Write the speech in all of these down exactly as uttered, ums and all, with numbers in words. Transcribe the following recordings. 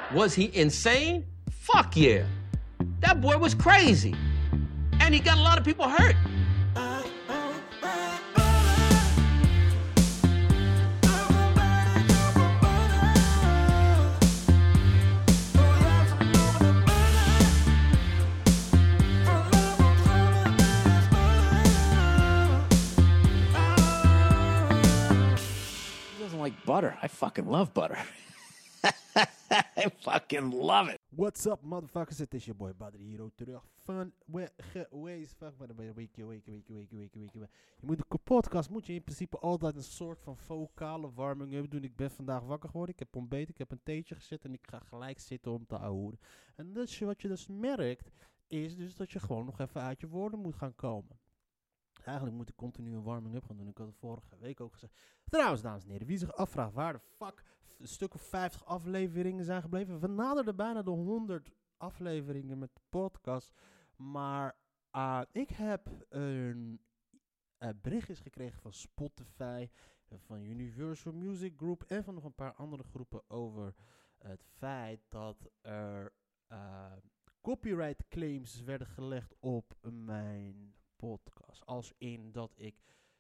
Was he insane? Fuck yeah. That boy was crazy. And he got a lot of people hurt. Like butter. I fucking love butter. I fucking love it. What's up, motherfuckers? Het is je boy Badr hier terug van Geweest. Fuck, maar dan ben je weekje, weekje, weekje, weekje, weekje, weekje. Je moet een podcast, moet je in principe altijd een soort van vocale warming-up doen. Ik ben vandaag wakker geworden, ik heb ontbeten, ik heb een theetje gezet en ik ga gelijk zitten om te ouwen. En dus, wat je dus merkt, is dus dat je gewoon nog even uit je woorden moet gaan komen. Eigenlijk moet ik continu een warming-up gaan doen. Ik had het vorige week ook gezegd. Trouwens, dames en heren, wie zich afvraagt waar de fuck een stuk of vijftig afleveringen zijn gebleven. We naderden bijna de honderd afleveringen met de podcast. Maar uh, ik heb een uh, berichtjes gekregen van Spotify, van Universal Music Group en van nog een paar andere groepen over het feit dat er uh, copyright claims werden gelegd op mijn podcast. Als in dat ik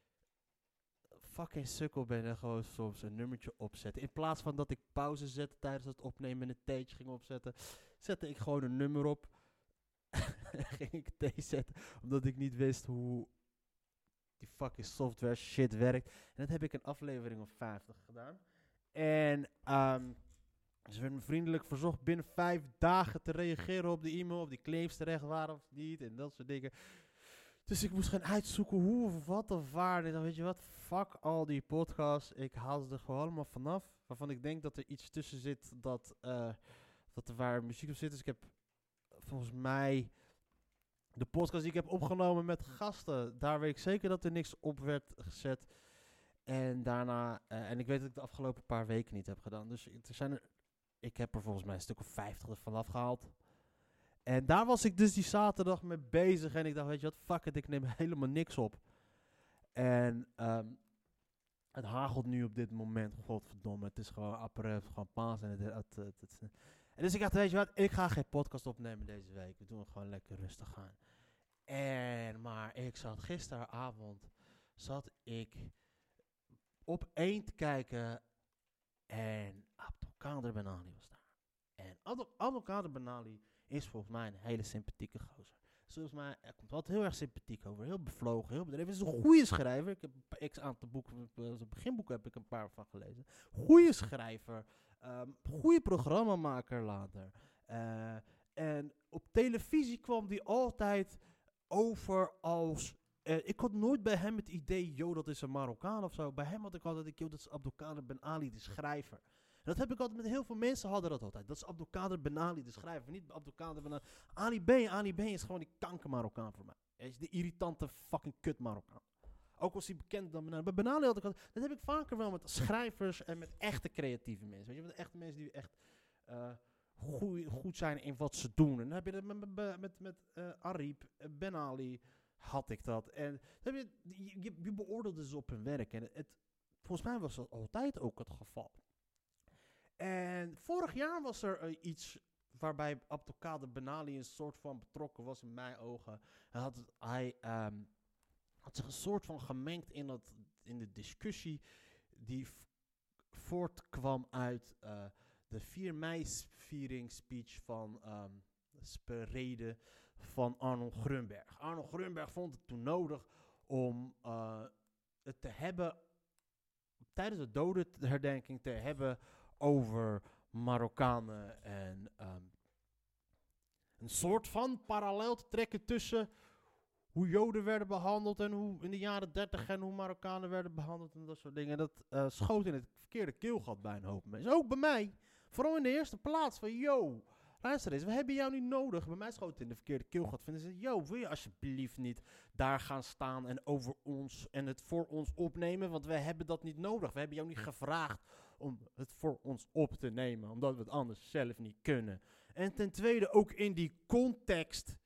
fucking sukkel ben en gewoon soms een nummertje opzetten. In plaats van dat ik pauze zette tijdens het opnemen en een theetje ging opzetten, zette ik gewoon een nummer op. Ging ik thee zetten, omdat ik niet wist hoe die fucking software shit werkt. En dat heb ik een aflevering of vijftig gedaan. En um, ze werden me vriendelijk verzocht binnen vijf dagen te reageren op de e-mail, of die claims terecht waren of niet en dat soort dingen. Dus ik moest gaan uitzoeken hoe of wat of waar. En dan weet je wat, fuck al die podcasts. Ik haal ze er gewoon allemaal vanaf. Waarvan ik denk dat er iets tussen zit dat, uh, dat er waar muziek op zit. Dus ik heb volgens mij de podcast die ik heb opgenomen met gasten. Daar weet ik zeker dat er niks op werd gezet. En daarna, uh, en ik weet dat ik de afgelopen paar weken niet heb gedaan. Dus er zijn er, ik heb er volgens mij een stuk of vijftig er vanaf gehaald. En daar was ik dus die zaterdag mee bezig. En ik dacht, weet je wat, fuck it, ik neem helemaal niks op. En um, het hagelt nu op dit moment. Godverdomme, het is gewoon apparaat, gewoon paas. En, het, het, het, het, het. en dus ik dacht, weet je wat, ik ga geen podcast opnemen deze week. We doen het gewoon lekker rustig aan. En, maar ik zat gisteravond, zat ik op één te kijken. En Abdelkader Benali was daar. En Abdel, Abdelkader Benali is volgens mij een hele sympathieke gozer. Volgens mij, hij komt altijd heel erg sympathiek over. Heel bevlogen, heel bedreven. Hij is een goede schrijver. Ik heb een x aantal boeken, het beginboek heb ik een paar van gelezen. Goede schrijver. Um, goede programmamaker later. Uh, en op televisie kwam die altijd over als... Uh, ik had nooit bij hem het idee, yo, dat is een Marokkaan of zo. Bij hem had ik altijd, yo, dat is Abdelkader Benali, de schrijver. Dat heb ik altijd met heel veel mensen hadden dat altijd. Dat is Abdelkader Benali, de schrijver. Niet Abdelkader Benali. Ali B. Ali B. is gewoon die kanker Marokkaan voor mij. Hij is de irritante fucking kut Marokkaan. Ook was hij bekend dan Benali. Bij Benali had ik altijd... Dat heb ik vaker wel met schrijvers en met echte creatieve mensen. Weet je, met echte mensen die echt uh, goeie, goed zijn in wat ze doen. En dan heb je dat met, met, met, met uh, Ariep, uh, Benali had ik dat. En dan heb je, je, je beoordeelde ze op hun werk. En het, volgens mij was dat altijd ook het geval. En vorig jaar was er uh, iets waarbij Abdelkader Benali een soort van betrokken was in mijn ogen. Hij had, hij, um, had zich een soort van gemengd in, dat, in de discussie die v- voortkwam uit uh, de vier mei-viering speech van um, Sperede van Arnold Grunberg. Arnold Grunberg vond het toen nodig om uh, het te hebben, tijdens de dodenherdenking te hebben over Marokkanen en um, een soort van parallel te trekken tussen hoe Joden werden behandeld en hoe in de jaren dertig en hoe Marokkanen werden behandeld en dat soort dingen. En dat uh, schoot in het verkeerde keelgat bij een hoop mensen. Ook bij mij. Vooral in de eerste plaats van, yo, luister eens, we hebben jou niet nodig. Bij mij schoot het in de verkeerde keelgat. Vinden ze, yo, wil je alsjeblieft niet daar gaan staan en over ons en het voor ons opnemen? Want wij hebben dat niet nodig. We hebben jou niet gevraagd om het voor ons op te nemen, omdat we het anders zelf niet kunnen. En ten tweede ook in die context,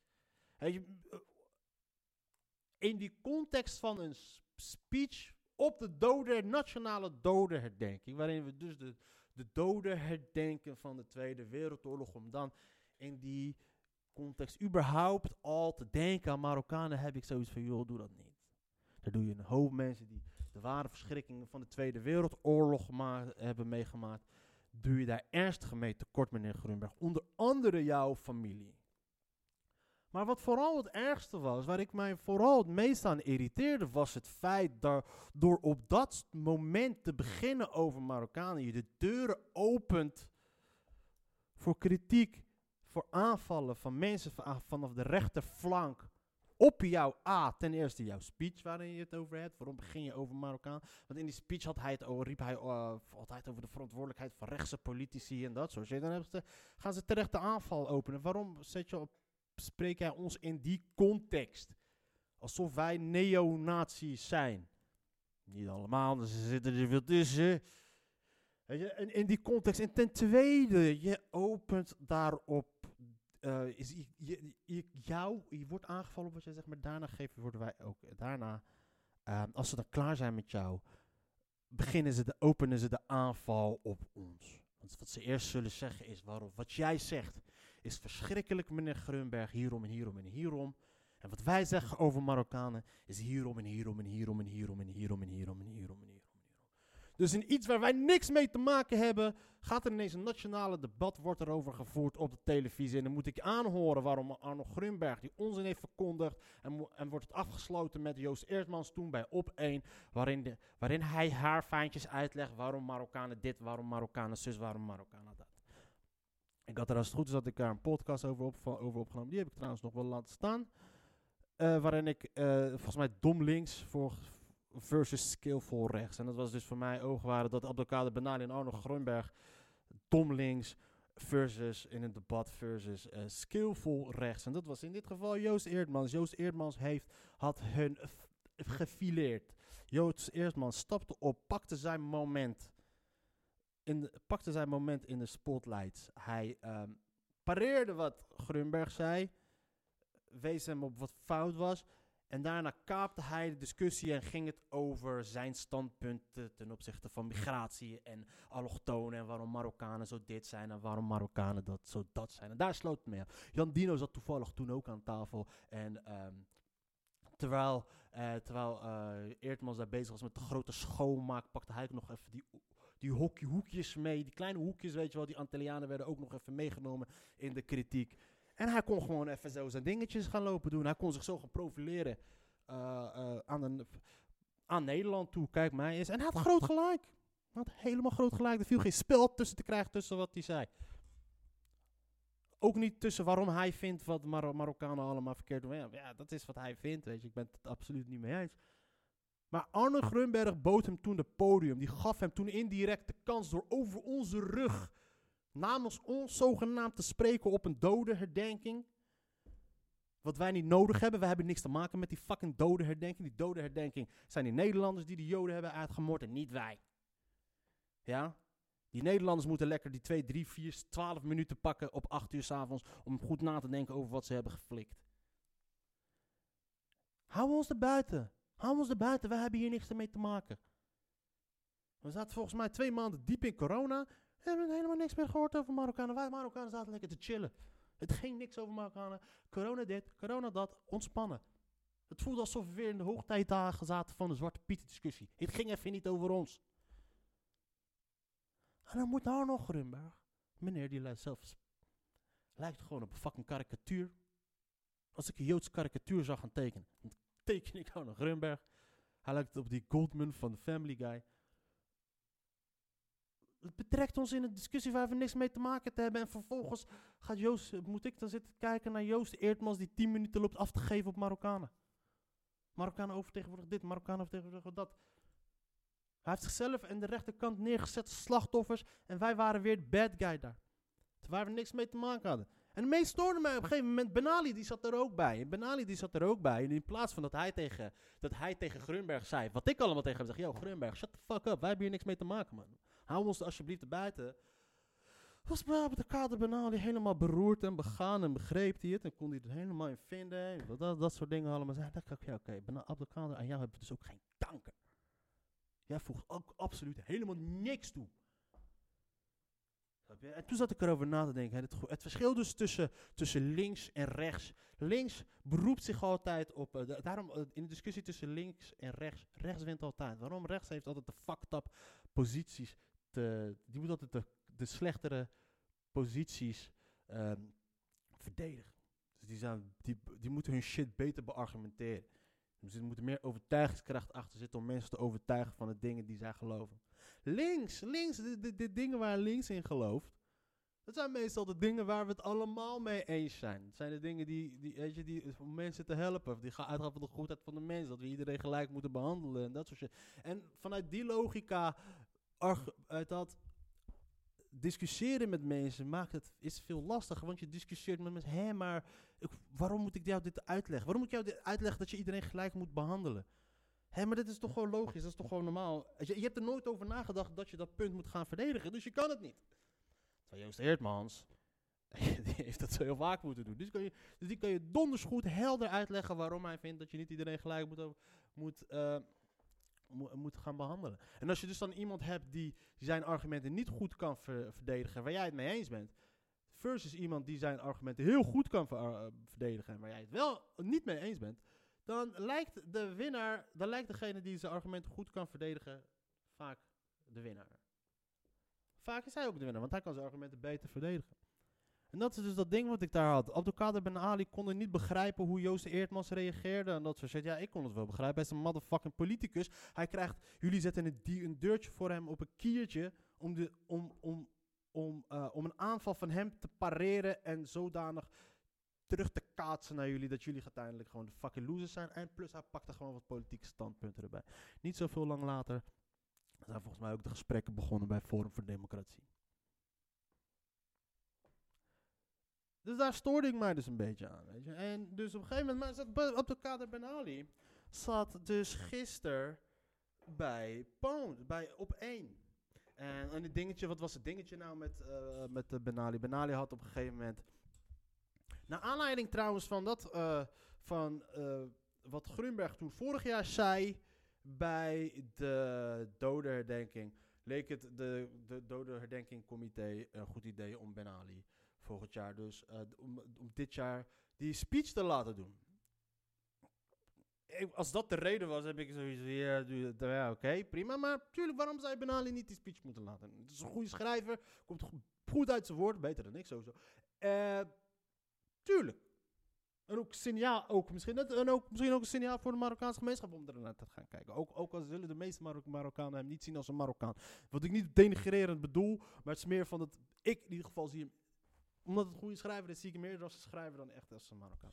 in die context van een speech op de doden, nationale dodenherdenking, waarin we dus de, de doden herdenken van de Tweede Wereldoorlog, om dan in die context überhaupt al te denken aan Marokkanen, heb ik zoiets van, joh, doe dat niet. Daar doe je een hoop mensen die de ware verschrikkingen van de Tweede Wereldoorlog gema- hebben meegemaakt, doe je daar ernstig mee tekort, meneer Grunberg. Onder andere jouw familie. Maar wat vooral het ergste was, waar ik mij vooral het meest aan irriteerde, was het feit dat door op dat moment te beginnen over Marokkanen, je de deuren opent voor kritiek, voor aanvallen van mensen van, vanaf de rechterflank op jouw A, ten eerste jouw speech waarin je het over hebt. Waarom begin je over Marokkaan? Want in die speech had hij het over, riep hij uh, altijd over de verantwoordelijkheid van rechtse politici en dat soort shit. Dan hebben ze, gaan ze terecht de aanval openen. Waarom zet je op, spreek jij ons in die context? Alsof wij neonazi's zijn. Niet allemaal, dus er zitten er veel tussen. Weet je, en in die context. En ten tweede, je opent daarop. Uh, is, je, je, je, jou, je wordt aangevallen op wat jij zegt, maar daarna geven, worden wij ook. Daarna, uh, als ze dan klaar zijn met jou, beginnen ze de, openen ze de aanval op ons. Want wat ze eerst zullen zeggen is, waarom, wat jij zegt is verschrikkelijk, meneer Grunberg, hierom en hierom en hierom. En wat wij zeggen over Marokkanen is hierom en hierom en hierom en hierom en hierom en hierom en hierom en hierom. Dus in iets waar wij niks mee te maken hebben, gaat er ineens een nationale debat, wordt erover gevoerd op de televisie. En dan moet ik aanhoren waarom Arno Grunberg die onzin heeft verkondigd. En, mo- en wordt het afgesloten met Joost Eertmans toen bij Op één, waarin, de, waarin hij haar fijntjes uitlegt waarom Marokkanen dit, waarom Marokkanen zus, waarom Marokkanen dat. Ik had er als het goed is dat ik daar een podcast over, op, over opgenomen. Die heb ik trouwens nog wel laten staan. Uh, waarin ik uh, volgens mij dom links voor... versus skillful rechts. En dat was dus voor mij oogwaarde dat Abdelkader Benali en Arno Grunberg dom links versus in een debat versus uh, skillful rechts. En dat was in dit geval Joost Eertmans. Joost Eertmans heeft, had hun f- gefileerd. Joost Eertmans stapte op, pakte zijn moment in de, pakte zijn moment in de spotlights. Hij um, pareerde wat Grunberg zei, wees hem op wat fout was. En daarna kaapte hij de discussie en ging het over zijn standpunten ten opzichte van migratie en allochtonen en waarom Marokkanen zo dit zijn en waarom Marokkanen dat zo dat zijn. En daar sloot het mee af. Jan Dino zat toevallig toen ook aan tafel en um, terwijl, uh, terwijl uh, Eertmans daar bezig was met de grote schoonmaak, pakte hij ook nog even die, die hokje, hoekjes mee, die kleine hoekjes, weet je wel, die Antillianen werden ook nog even meegenomen in de kritiek. En hij kon gewoon even zo zijn dingetjes gaan lopen doen. Hij kon zich zo gaan profileren uh, uh, aan, een, aan Nederland toe. Kijk mij eens. En hij had groot gelijk. Hij had helemaal groot gelijk. Er viel geen spel tussen te krijgen tussen wat hij zei. Ook niet tussen waarom hij vindt wat Mar- Marokkanen allemaal verkeerd doen. Ja, ja, dat is wat hij vindt. Weet je. Ik ben het absoluut niet mee eens. Maar Arno Grunberg bood hem toen het podium. Die gaf hem toen indirect de kans door over onze rug namens ons zogenaamd te spreken op een dodenherdenking. Wat wij niet nodig hebben. We hebben niks te maken met die fucking dodenherdenking. Die dodenherdenking zijn die Nederlanders die de Joden hebben uitgemoord en niet wij. Ja? Die Nederlanders moeten lekker die twee, drie, vier, twaalf minuten pakken op acht uur 's avonds om goed na te denken over wat ze hebben geflikt. Hou ons er buiten. Hou ons er buiten. Wij hebben hier niks mee te maken. We zaten volgens mij twee maanden diep in corona. We hebben helemaal niks meer gehoord over Marokkanen. Wij Marokkanen zaten lekker te chillen. Het ging niks over Marokkanen. Corona dit, corona dat, ontspannen. Het voelde alsof we weer in de hoogtijdagen zaten van de Zwarte Pieten discussie. Het ging even niet over ons. En dan moet nou nog Grunberg. Meneer die lijkt zelfs, lijkt gewoon op een fucking karikatuur. Als ik een Joodse karikatuur zou gaan tekenen, dan teken ik gewoon een Grunberg. Hij lijkt op die Goldman van Family Guy. Het betrekt ons in een discussie waar we niks mee te maken te hebben. En vervolgens gaat Joost, moet ik dan zitten kijken naar Joost Eertmans die tien minuten loopt af te geven op Marokkanen. Marokkanen overtegenwoordigen dit, Marokkanen overtegenwoordigen dat. Hij heeft zichzelf en de rechterkant neergezet als slachtoffers. En wij waren weer de bad guy daar. Waar we niks mee te maken hadden. En het meest stoorde mij op een gegeven moment, Benali die zat er ook bij. En Benali die zat er ook bij. En in plaats van dat hij tegen, dat hij tegen Grunberg zei, wat ik allemaal tegen hem zeg, yo Grunberg, shut the fuck up, wij hebben hier niks mee te maken, man. Hou ons alsjeblieft erbuiten. Was de kader Benali helemaal beroerd en begaan en begreep hij het. En kon hij het helemaal in vinden. En dat, dat soort dingen allemaal. Zei, dacht ik, ja, oké, okay, Abdelkader, aan jou hebben we dus ook geen kanker. Jij voegt ook absoluut helemaal niks toe. Snap je? En toen zat ik erover na te denken. Hè, het, het verschil dus tussen, tussen links en rechts. Links beroept zich altijd op... Uh, da- daarom uh, in de discussie tussen links en rechts... Rechts wint altijd. Waarom? Rechts heeft altijd de fucked up posities. Te, die moet altijd de, de slechtere posities um, verdedigen. Dus die, zijn, die, die moeten hun shit beter beargumenteren. Dus er moet er meer overtuigingskracht achter zitten om mensen te overtuigen van de dingen die zij geloven. Links, links, de, de, de dingen waar links in gelooft, dat zijn meestal de dingen waar we het allemaal mee eens zijn. Het zijn de dingen die, die, weet je, die om mensen te helpen. Die gaan uitgaan van de goedheid van de mens. Dat we iedereen gelijk moeten behandelen en dat soort shit. En vanuit die logica, arg, uit dat discussiëren met mensen maakt het, is veel lastiger. Want je discussieert met mensen. Hé, maar ik, waarom moet ik jou dit uitleggen? Waarom moet ik jou dit uitleggen dat je iedereen gelijk moet behandelen? Hé, maar dit is toch gewoon logisch? Dat is toch gewoon normaal? Je, je hebt er nooit over nagedacht dat je dat punt moet gaan verdedigen. Dus je kan het niet. Terwijl Joost Eertmans, die heeft dat zo heel vaak moeten doen. Dus, kan je, dus die kan je donders goed helder uitleggen waarom hij vindt dat je niet iedereen gelijk moet, over, moet, uh, mo- moet gaan behandelen. En als je dus dan iemand hebt die, die zijn argumenten niet goed kan ver, verdedigen, waar jij het mee eens bent, versus iemand die zijn argumenten heel goed kan ver, uh, verdedigen en waar jij het wel niet mee eens bent, dan lijkt de winnaar, dan lijkt degene die zijn argumenten goed kan verdedigen vaak de winnaar. Vaak is hij ook de winnaar, want hij kan zijn argumenten beter verdedigen. En dat is dus dat ding wat ik daar had. Abdelkader Ben Ali kon niet begrijpen hoe Joost Eertmans reageerde. En dat soort shit. Ja, ik kon het wel begrijpen. Hij is een motherfucking politicus. Hij krijgt, jullie zetten een, die, een deurtje voor hem op een kiertje om, de, om, om, om, uh, om een aanval van hem te pareren en zodanig terug te kaatsen naar jullie, dat jullie uiteindelijk gewoon de fucking losers zijn. En plus hij pakte gewoon wat politieke standpunten erbij. Niet zoveel lang later zijn volgens mij ook de gesprekken begonnen bij Forum voor Democratie. Dus daar stoorde ik mij dus een beetje aan, weet je. En dus op een gegeven moment, maar zat Abdelkader Ben Ali zat dus gisteren bij Pound, bij op één. En, en het dingetje, wat was het dingetje nou met, uh, met uh, Ben Ali? Ben Ali had op een gegeven moment, naar aanleiding trouwens van dat, uh, van uh, wat Grunberg toen vorig jaar zei bij de dodenherdenking, leek het de, de dodenherdenkingcomité een goed idee om Ben Ali volgend jaar dus, uh, om, om dit jaar die speech te laten doen. Ik, als dat de reden was, heb ik zoiets weer, uh, ja, oké, okay, prima. Maar tuurlijk, waarom zou je Ben Ali niet die speech moeten laten? Het is een goede schrijver, komt go- goed uit zijn woord, beter dan ik sowieso. Uh, tuurlijk. En ook signaal, ook misschien, net, en ook misschien ook een signaal voor de Marokkaanse gemeenschap om er naar te gaan kijken. Ook, ook al zullen de meeste Marok- Marokkanen hem niet zien als een Marokkaan. Wat ik niet denigrerend bedoel, maar het is meer van dat ik in ieder geval zie hem, omdat het een goede schrijver is, zie ik hem meer als een schrijver dan echt als een Marokkaan.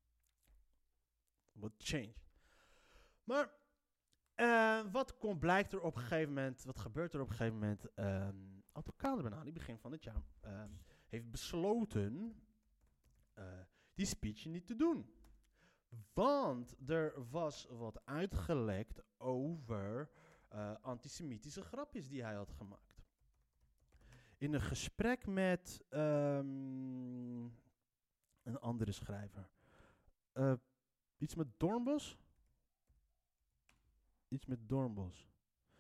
What change. Maar uh, wat komt, blijkt er op een gegeven moment, wat gebeurt er op een gegeven moment? Um, Abdelkader Ben Ali, begin van dit jaar, uh, heeft besloten uh, die speech niet te doen. Want er was wat uitgelekt over uh, antisemitische grapjes die hij had gemaakt. In een gesprek met um, een andere schrijver. Uh, iets met Doornbos? Iets met Doornbos.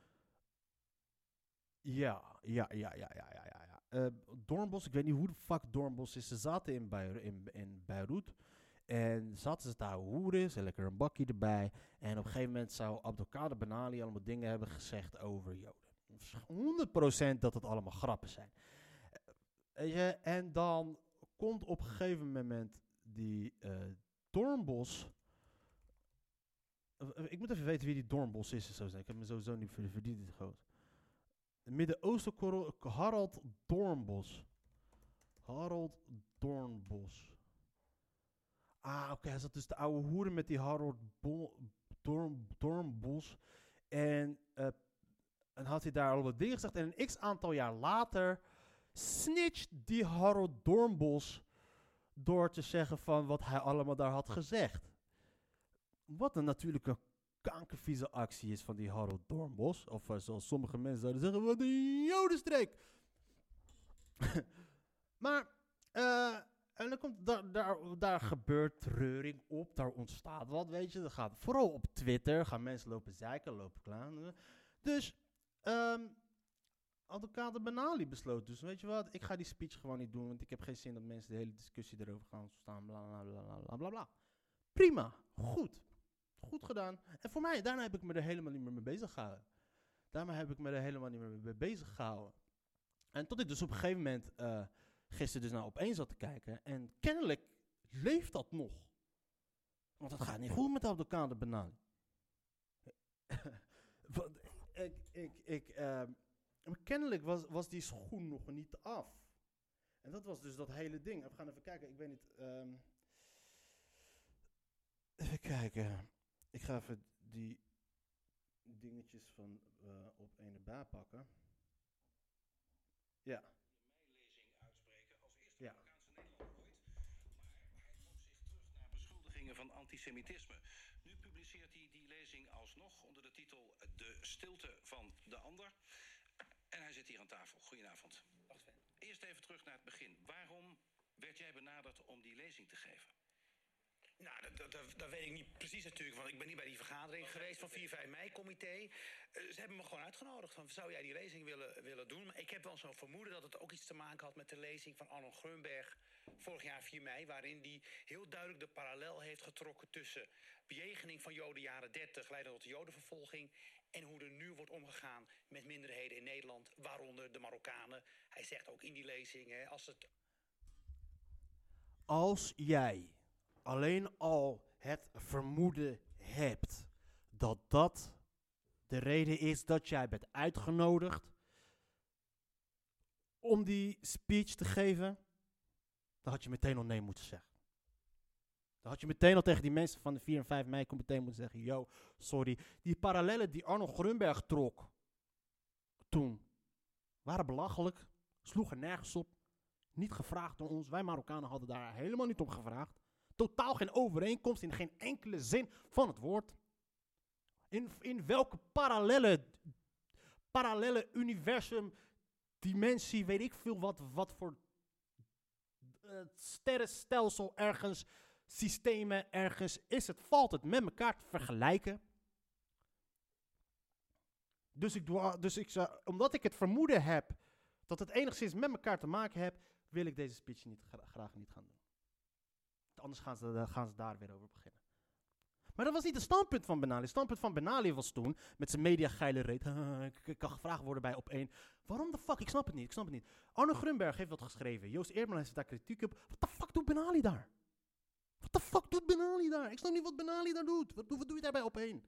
Ja, ja, ja, ja, ja, ja, ja. Uh, Doornbos, ik weet niet hoe de fuck Doornbos is. Ze zaten in, Beiru- in, in Beirut. En zaten ze daar hoeren, ze lekker een bakje erbij. En op een gegeven moment zou Abdelkader Ben Ali allemaal dingen hebben gezegd over Joden. honderd procent dat het allemaal grappen zijn. Weet je, en dan komt op een gegeven moment die uh, Doornbos. Uh, ik moet even weten wie die Doornbos is. Zo ik heb me sowieso niet verdiend. Midden-Oosten Harald Doornbos. Harald Doornbos. Ah, oké, okay, hij zat dus de oude hoeren met die Harold Bo- Dorn- Doornbos. En, uh, en had hij daar al wat dingen gezegd. En een x-aantal jaar later snitcht die Harold Doornbos door te zeggen van wat hij allemaal daar had gezegd. Wat een natuurlijke kankervieze actie is van die Harold Doornbos. Of uh, zoals sommige mensen zouden zeggen, wat een jodenstreek. Maar, uh, en dan komt daar, daar, daar gebeurt reuring op, daar ontstaat wat, weet je. Dat gaat vooral op Twitter, gaan mensen lopen zeiken, lopen klagen. Dus, um, Abdelkader Ben Ali besloot dus, weet je wat, ik ga die speech gewoon niet doen, want ik heb geen zin dat mensen de hele discussie erover gaan staan, bla bla bla bla bla bla bla. Prima, goed. Goed gedaan. En voor mij, daarna heb ik me er helemaal niet meer mee bezig gehouden. Daarna heb ik me er helemaal niet meer mee bezig gehouden. En tot ik dus op een gegeven moment uh, gisteren dus naar Opeen zat te kijken. En kennelijk leeft dat nog. Want het gaat niet goed met Abdelkader Ben Ali. Want ik, ik, ik, uh, kennelijk was, was die schoen nog niet af. En dat was dus dat hele ding. We gaan even kijken, ik weet niet... Um, even kijken. Ik ga even die dingetjes van uh, Opeen erbij pakken. Ja. Lezing uitspreken als eerste Ja. Marokkaanse Nederlander ooit. Maar hij trok zich terug naar beschuldigingen van antisemitisme. Nu publiceert hij die lezing alsnog onder de titel De stilte van de ander. En hij zit hier aan tafel. Goedenavond. Wacht even. Eerst even terug naar het begin. Waarom werd jij benaderd om die lezing te geven? Nou, dat, dat, dat, dat weet ik niet precies natuurlijk, want ik ben niet bij die vergadering okay, geweest van vier vijf mei-comité. Uh, ze hebben me gewoon uitgenodigd van, zou jij die lezing willen, willen doen? Maar ik heb wel zo'n vermoeden dat het ook iets te maken had met de lezing van Arnold Grunberg vorig jaar vier mei, waarin die heel duidelijk de parallel heeft getrokken tussen bejegening van Joden jaren dertig, leidend tot de Jodenvervolging, en hoe er nu wordt omgegaan met minderheden in Nederland, waaronder de Marokkanen. Hij zegt ook in die lezing, hè, als het... Als jij alleen al het vermoeden hebt dat dat de reden is dat jij bent uitgenodigd om die speech te geven, dan had je meteen al nee moeten zeggen. Dan had je meteen al tegen die mensen van de vier en vijf mei meteen moeten zeggen, yo, sorry. Die parallellen die Arnold Grunberg trok toen waren belachelijk, sloegen nergens op, niet gevraagd door ons. Wij Marokkanen hadden daar helemaal niet op gevraagd. Totaal geen overeenkomst in geen enkele zin van het woord. In, in welke parallelle, parallelle universum, dimensie, weet ik veel wat, wat voor uh, sterrenstelsel ergens, systemen ergens is het, valt het met elkaar te vergelijken. Dus ik doe, dus ik zou, omdat ik het vermoeden heb dat het enigszins met elkaar te maken heeft, wil ik deze speech niet, gra- graag niet gaan doen. Anders gaan ze, gaan ze daar weer over beginnen. Maar dat was niet het standpunt van Ben Ali. Het standpunt van Ben Ali was toen, met zijn mediageile reet, ik kan gevraagd worden bij Opeen. Waarom de fuck? Ik snap het niet, ik snap het niet. Arno Grunberg heeft wat geschreven. Joost Eerdmans heeft daar kritiek op. Wat de fuck doet Ben Ali daar? Wat de fuck doet Ben Ali daar? Ik snap niet wat Ben Ali daar doet. Wat, wat doe je daar bij Opeen?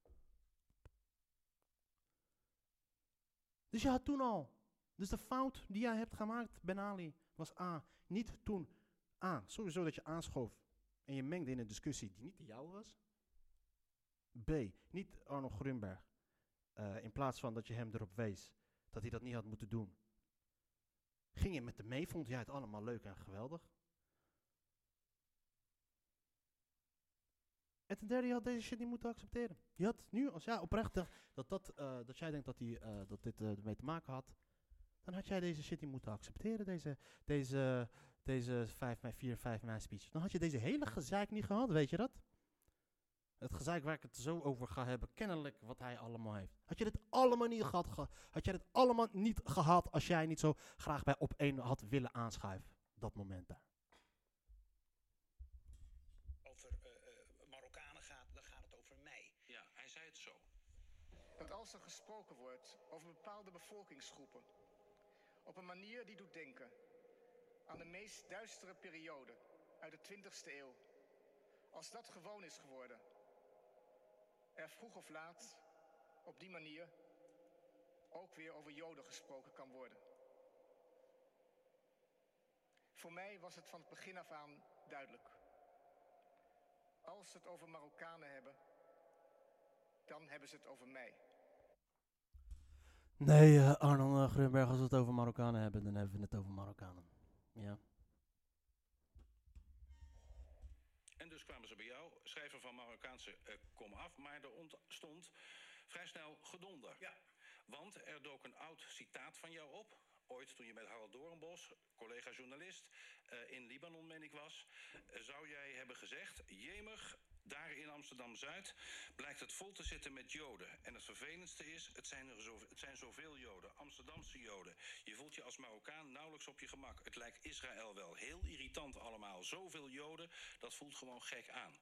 Dus je had toen al. Dus de fout die jij hebt gemaakt, Ben Ali, was A, niet toen... A, sowieso dat je aanschoof en je mengde in een discussie die niet de jouwe was. B, niet Arnold Grunberg. Uh, in plaats van dat je hem erop wees dat hij dat niet had moeten doen. Ging je met hem mee, vond jij het allemaal leuk en geweldig. En ten derde, je had deze shit niet moeten accepteren. Je had nu, als jij oprecht dacht dat, dat, uh, dat jij denkt dat, die, uh, dat dit uh, ermee te maken had, dan had jij deze shit niet moeten accepteren, deze... deze Deze vijf mei, vier, vijf mei speech. Dan had je deze hele gezeik niet gehad, weet je dat? Het gezeik waar ik het zo over ga hebben, kennelijk wat hij allemaal heeft. Had je dit allemaal niet gehad, ge- had jij dit allemaal niet gehad als jij niet zo graag bij Opeen had willen aanschuiven. Dat moment daar. over uh, uh, Marokkanen gaat, dan gaat het over mij. Ja, hij zei het zo. Dat als er gesproken wordt over bepaalde bevolkingsgroepen, op een manier die doet denken aan de meest duistere periode uit de twintigste eeuw. Als dat gewoon is geworden, er vroeg of laat op die manier ook weer over Joden gesproken kan worden. Voor mij was het van het begin af aan duidelijk. Als ze het over Marokkanen hebben, dan hebben ze het over mij. Nee, uh, Arnold Grunberg, als we het over Marokkanen hebben, dan hebben we het over Marokkanen. Ja. En dus kwamen ze bij jou, schrijver van Marokkaanse uh, Kom Af, maar er ontstond vrij snel gedonder. Ja. Want er dook een oud citaat van jou op ooit toen je met Harold Doornbos, collega-journalist, uh, in Libanon, meen ik was, uh, zou jij hebben gezegd, jemig, daar in Amsterdam-Zuid blijkt het vol te zitten met Joden. En het vervelendste is, het zijn, er zo, het zijn zoveel Joden, Amsterdamse Joden. Je voelt je als Marokkaan nauwelijks op je gemak. Het lijkt Israël wel. Heel irritant allemaal. Zoveel Joden, dat voelt gewoon gek aan.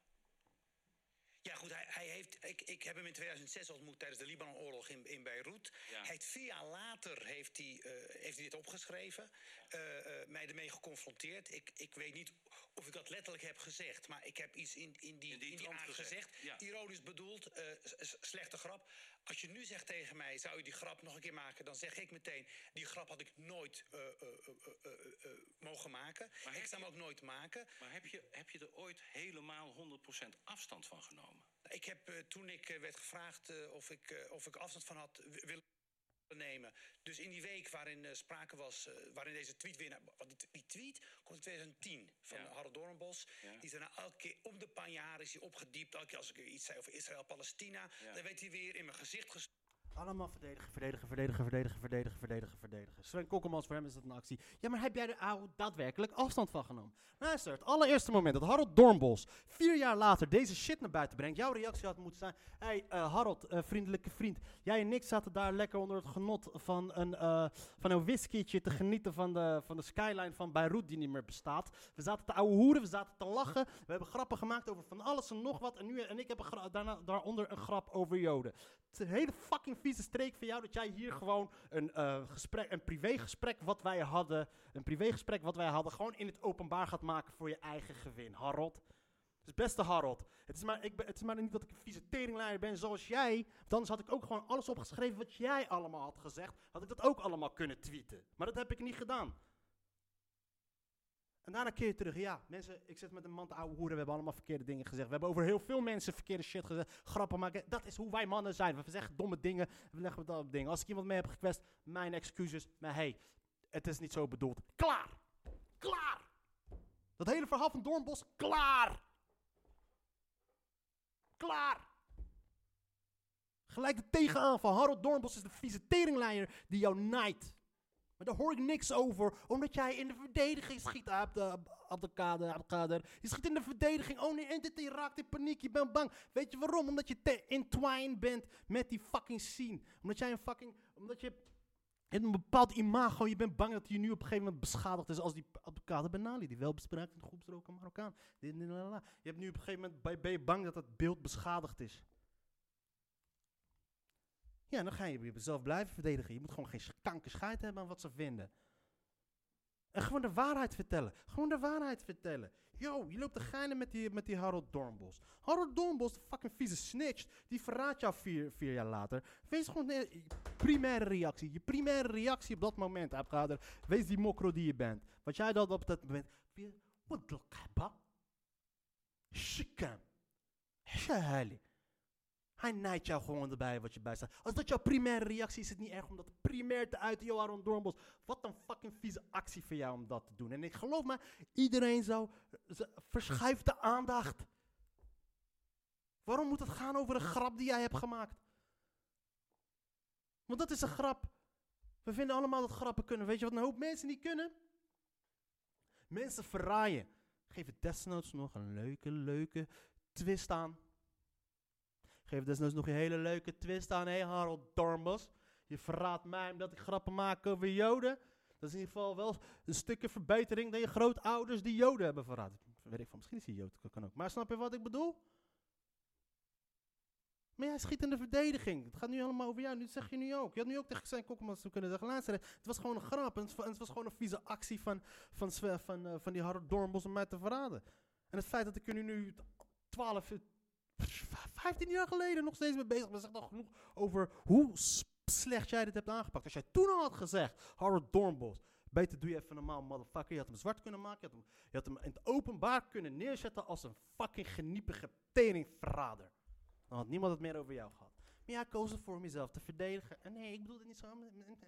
Ja goed, hij, hij heeft, ik, ik heb hem in tweeduizend zes ontmoet tijdens de Libanonoorlog in, in Beirut. Ja. Hij heeft vier jaar later heeft hij, uh, heeft hij dit opgeschreven, uh, uh, mij ermee geconfronteerd. Ik, ik weet niet of ik dat letterlijk heb gezegd, maar ik heb iets in, in die, in die, in die aard gezegd. gezegd. Ja. Ironisch bedoeld, uh, s- slechte grap. Als je nu zegt tegen mij, zou je die grap nog een keer maken, dan zeg ik meteen, die grap had ik nooit uh, uh, uh, uh, uh, uh, mogen maken. Maar ik zou hem ook nooit maken. Maar heb je, heb je er ooit helemaal honderd procent afstand van genomen? Ik heb uh, toen ik uh, werd gevraagd uh, of, ik, uh, of ik afstand van had w- willen nemen. Dus in die week waarin uh, sprake was, uh, waarin deze tweet weer... Want die, die tweet komt in tweeduizend tien van ja. Harold Doornbos. Ja. Die is daarna elke keer om de paar jaar is hij opgediept. Elke keer als ik iets zei over Israël-Palestina, ja. dan werd hij weer in mijn gezicht gestoken. Allemaal verdedigen, verdedigen, verdedigen, verdedigen, verdedigen, verdedigen, verdedigen. Sven Kokkelmans, voor hem is dat een actie. Ja, maar heb jij er oude daadwerkelijk afstand van genomen? Luister, het allereerste moment dat Harold Doornbos vier jaar later deze shit naar buiten brengt, jouw reactie had moeten zijn, hé hey, uh, Harold, uh, vriendelijke vriend, jij en ik zaten daar lekker onder het genot van een, uh, van een whiskytje te genieten van de, van de skyline van Beirut die niet meer bestaat. We zaten te ouwe hoeren, we zaten te lachen, we hebben grappen gemaakt over van alles en nog wat en, nu, en ik heb een gra- daarna, daaronder een grap over Joden. Het is een hele fucking vieze streek van jou dat jij hier gewoon een uh, gesprek, een privégesprek wat wij hadden, een privégesprek wat wij hadden, gewoon in het openbaar gaat maken voor je eigen gewin, Harold. Dus beste Harold, het is maar, ik ben, het is maar niet dat ik een vieze teringleier ben zoals jij, want anders had ik ook gewoon alles opgeschreven wat jij allemaal had gezegd, had ik dat ook allemaal kunnen tweeten. Maar dat heb ik niet gedaan. En daarna keer je terug, ja, mensen, ik zit met een man te ouwe hoeren, we hebben allemaal verkeerde dingen gezegd. We hebben over heel veel mensen verkeerde shit gezegd, grappen maken. Dat is hoe wij mannen zijn. We zeggen domme dingen, we leggen dat op dingen. Als ik iemand mee heb gekwetst, mijn excuses, maar hey, het is niet zo bedoeld. Klaar! Klaar! Dat hele verhaal van Doornbos, klaar! Klaar! Gelijk de tegenaanval. Harold Doornbos is de vieze teringleier die jou naait. Maar daar hoor ik niks over, omdat jij in de verdediging schiet, Abdelkader, Abdelkader. Je schiet in de verdediging, oh nee, en je raakt in paniek, je bent bang. Weet je waarom? Omdat je te entwined bent met die fucking scene. Omdat jij een fucking, omdat je in een bepaald imago, je bent bang dat hij nu op een gegeven moment beschadigd is als die Abdelkader Ben Ali, die wel bespraakt in de groepsroken Marokkaan. Je hebt nu op een gegeven moment, ben je bang dat het beeld beschadigd is. Ja, dan ga je jezelf blijven verdedigen. Je moet gewoon geen kankerscheid hebben aan wat ze vinden. En gewoon de waarheid vertellen. Gewoon de waarheid vertellen. Yo, je loopt te geinen met die, met die Harold Doornbos. Harold Doornbos, de fucking vieze snitch, die verraadt jou vier, vier jaar later. Wees gewoon de primaire reactie. Je primaire reactie op dat moment, Abdelkader. Wees die mokro die je bent. Wat jij dat op dat moment... Wat de kaba? Shikam. Shahali. Hij naait jou gewoon erbij wat je bij staat. Als dat jouw primaire reactie is, is het niet erg om dat primair te uiten. Yo, Harold Doornbos, wat een fucking vieze actie voor jou om dat te doen. En ik geloof me, iedereen zou... Verschuif de aandacht. Waarom moet het gaan over een grap die jij hebt gemaakt? Want dat is een grap. We vinden allemaal dat grappen kunnen. Weet je wat een hoop mensen niet kunnen? Mensen verraaien. Geef desnoods nog een leuke, leuke twist aan. Geef desnoods nog een hele leuke twist aan. Hé hey Harold Doornbos, je verraadt mij omdat ik grappen maak over Joden. Dat is in ieder geval wel een stukje verbetering dan je grootouders die Joden hebben verraad. Weet ik van, misschien is hij Jood, kan ook. Maar snap je wat ik bedoel? Maar jij schiet in de verdediging. Het gaat nu allemaal over jou. Nu zeg je nu ook. Je had nu ook tegen zijn Kokkelmans kunnen zeggen. Luister, het was gewoon een grap. En het was gewoon een vieze actie van, van, van, van, uh, van die Harold Doornbos om mij te verraden. En het feit dat ik er nu, nu twaalf... vijftien jaar geleden nog steeds mee bezig ben, zegt al genoeg over hoe slecht jij dit hebt aangepakt. Als jij toen al had gezegd, Harold Doornbos, beter doe je even normaal, motherfucker. Je had hem zwart kunnen maken, je had hem, je had hem in het openbaar kunnen neerzetten als een fucking geniepige teringverrader. Dan had niemand het meer over jou gehad. Maar jij koos ervoor om jezelf te verdedigen. En nee, ik bedoel het niet zo.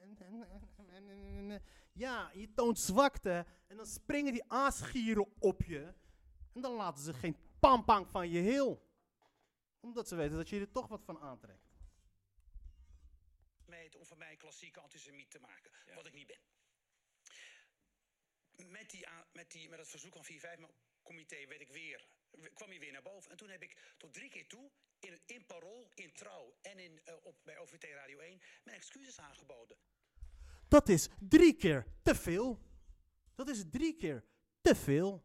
Ja, je toont zwakte en dan springen die aasgieren op je en dan laten ze geen pampang van je heel. Omdat ze weten dat je er toch wat van aantrekt. Om van mij een klassieke antisemiet te maken, ja. Wat ik niet ben. met, die, aan- met, die, met het verzoek van vier vijf comité werd ik weer, kwam hij weer naar boven. En toen heb ik tot drie keer toe, in, in Parool, in Trouw en in, uh, op, bij O V T Radio één, mijn excuses aangeboden. Dat is drie keer te veel. Dat is drie keer te veel.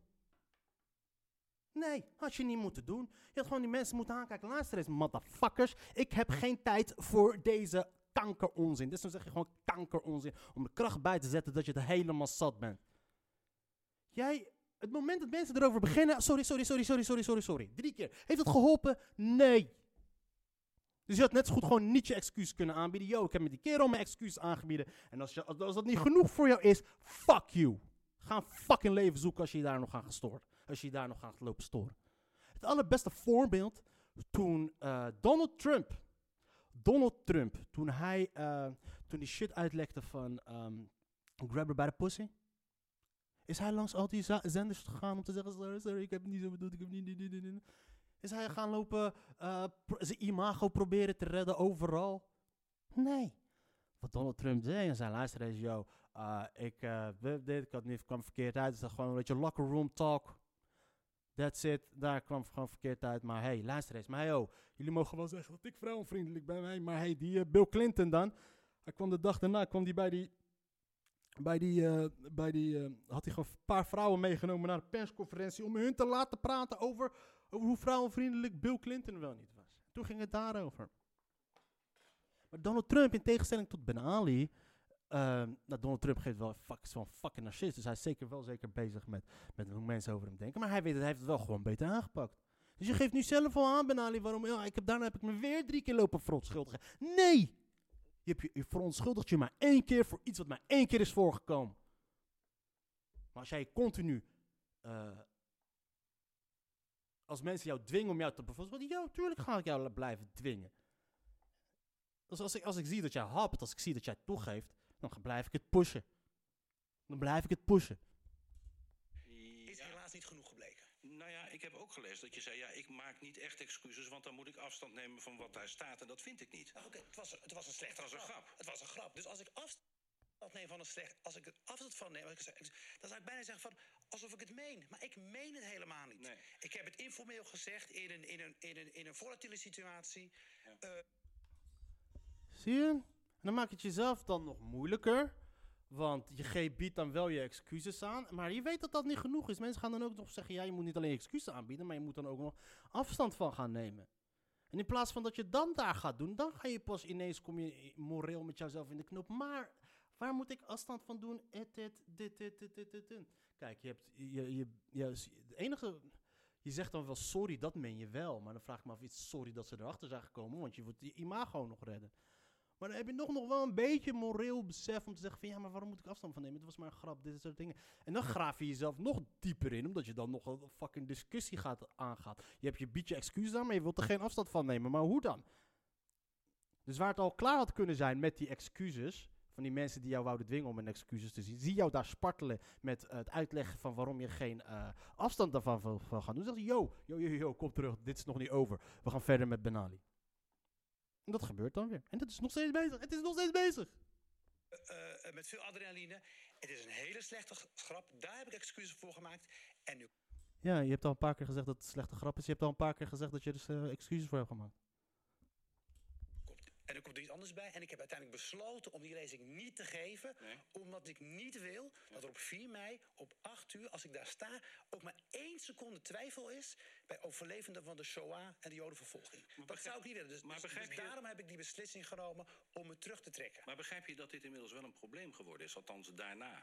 Nee, had je niet moeten doen. Je had gewoon die mensen moeten aankijken. Luister eens, motherfuckers. Ik heb geen tijd voor deze kankeronzin. Dus dan zeg je gewoon kankeronzin. Om de kracht bij te zetten dat je het helemaal zat bent. Jij, het moment dat mensen erover beginnen. Sorry, sorry, sorry, sorry, sorry, sorry, sorry. Drie keer. Heeft het geholpen? Nee. Dus je had net zo goed gewoon niet je excuus kunnen aanbieden. Yo, ik heb met die kerel mijn excuus aangeboden. En als, je, als, als dat niet genoeg voor jou is, fuck you. Ga een fucking leven zoeken als je je daar nog aan gestoord. Als je je daar nog aan gaat lopen storen. Het allerbeste voorbeeld toen uh, Donald Trump, Donald Trump, toen hij, uh, toen die shit uitlekte van um, grab her by the pussy, is hij langs al die za- zenders gegaan om te zeggen, sorry, sorry, ik heb het niet zo bedoeld, ik heb niet, niet, niet, niet, niet. Is hij gaan lopen, uh, pro- zijn imago proberen te redden overal? Nee. Wat Donald Trump zei en zei, luister eens, yo, uh, ik, uh, dit, ik had niet, kwam verkeerd uit, het is gewoon een beetje locker room talk. That's it, daar kwam gewoon verkeerd uit. Maar hey, luister eens. Maar hey, oh, jullie mogen wel zeggen dat ik vrouwenvriendelijk ben. Hey, maar hey, die uh, Bill Clinton dan. Hij kwam de dag daarna, kwam die bij die, bij die, uh, bij die, uh, had hij gewoon een paar vrouwen meegenomen naar een persconferentie om hun te laten praten over, over hoe vrouwenvriendelijk Bill Clinton wel niet was. Toen ging het daarover. Maar Donald Trump, in tegenstelling tot Ben Ali, Uh, nou, Donald Trump geeft wel fuck, is wel een fucking narcist, dus hij is zeker wel zeker bezig met, met hoe mensen over hem denken. Maar hij weet het, hij heeft het wel gewoon beter aangepakt. Dus je geeft nu zelf al aan, Ben Ali, waarom, ja, ik heb, daarna heb ik me weer drie keer lopen verontschuldigen. Nee! Je, hebt je, je verontschuldigt je maar één keer voor iets wat maar één keer is voorgekomen. Maar als jij continu, uh, als mensen jou dwingen om jou te bevoorschuldigen, ja, tuurlijk ga ik jou blijven dwingen. Dus als ik, als ik zie dat jij hapt, als ik zie dat jij toegeeft, dan blijf ik het pushen. Dan blijf ik het pushen. Is helaas niet genoeg gebleken. Nou ja, ik heb ook gelezen dat je zei, ja, ik maak niet echt excuses, want dan moet ik afstand nemen van wat daar staat. En dat vind ik niet. Nou, Oké, het, was, het was een slechte Het was een grap. Het was een grap. Dus als ik afstand neem van een slecht, als ik er afstand van neem, als ik zeg, dan zou ik bijna zeggen van, alsof ik het meen. Maar ik meen het helemaal niet. Nee. Ik heb het informeel gezegd in een, in een, in een, in een volatiele situatie. Ja. Uh, Zie je? En dan maak je het jezelf dan nog moeilijker. Want je ge- biedt dan wel je excuses aan. Maar je weet dat dat niet genoeg is. Mensen gaan dan ook nog zeggen, ja, je moet niet alleen excuses aanbieden, maar je moet dan ook nog afstand van gaan nemen. En in plaats van dat je dan daar gaat doen, dan ga je pas ineens, kom je moreel met jouzelf in de knop. Maar waar moet ik afstand van doen? Et, et, dit, dit, dit, dit, dit, dit. Kijk, je hebt, je, je, je, het enige, je zegt dan wel sorry, dat meen je wel. Maar dan vraag ik me af, is het sorry dat ze erachter zijn gekomen? Want je wilt je imago nog redden. Maar dan heb je nog, nog wel een beetje moreel besef om te zeggen van, ja, maar waarom moet ik afstand van nemen? Het was maar een grap, dit soort dingen. En dan graaf je jezelf nog dieper in, omdat je dan nog een fucking discussie gaat, aangaat. Je hebt je biedt je excuus aan, maar je wilt er geen afstand van nemen. Maar hoe dan? Dus waar het al klaar had kunnen zijn met die excuses, van die mensen die jou wouden dwingen om een excuses te zien, zie jou daar spartelen met uh, het uitleggen van waarom je geen uh, afstand daarvan wil, wil gaan doen. Dan zeg je, yo, yo, yo, yo, kom terug, dit is nog niet over. We gaan verder met Ben Ali. En dat gebeurt dan weer. En dat is nog steeds bezig. Het is nog steeds bezig. Uh, uh, met veel adrenaline. Het is een hele slechte grap. Daar heb ik excuses voor gemaakt. En nu... Ja, je hebt al een paar keer gezegd dat het een slechte grap is. Je hebt al een paar keer gezegd dat je er dus, uh, excuses voor hebt gemaakt. En er komt er iets anders bij. En ik heb uiteindelijk besloten om die lezing niet te geven. Nee. Omdat ik niet wil Ja. dat er op vier mei, op acht uur, als ik daar sta, ook maar één seconde twijfel is bij overlevenden van de Shoah en de Jodenvervolging. Dat begrijp- zou ik niet willen. Dus, maar dus- begrijp dus je- daarom heb ik die beslissing genomen om me terug te trekken. Maar begrijp je dat dit inmiddels wel een probleem geworden is, althans daarna?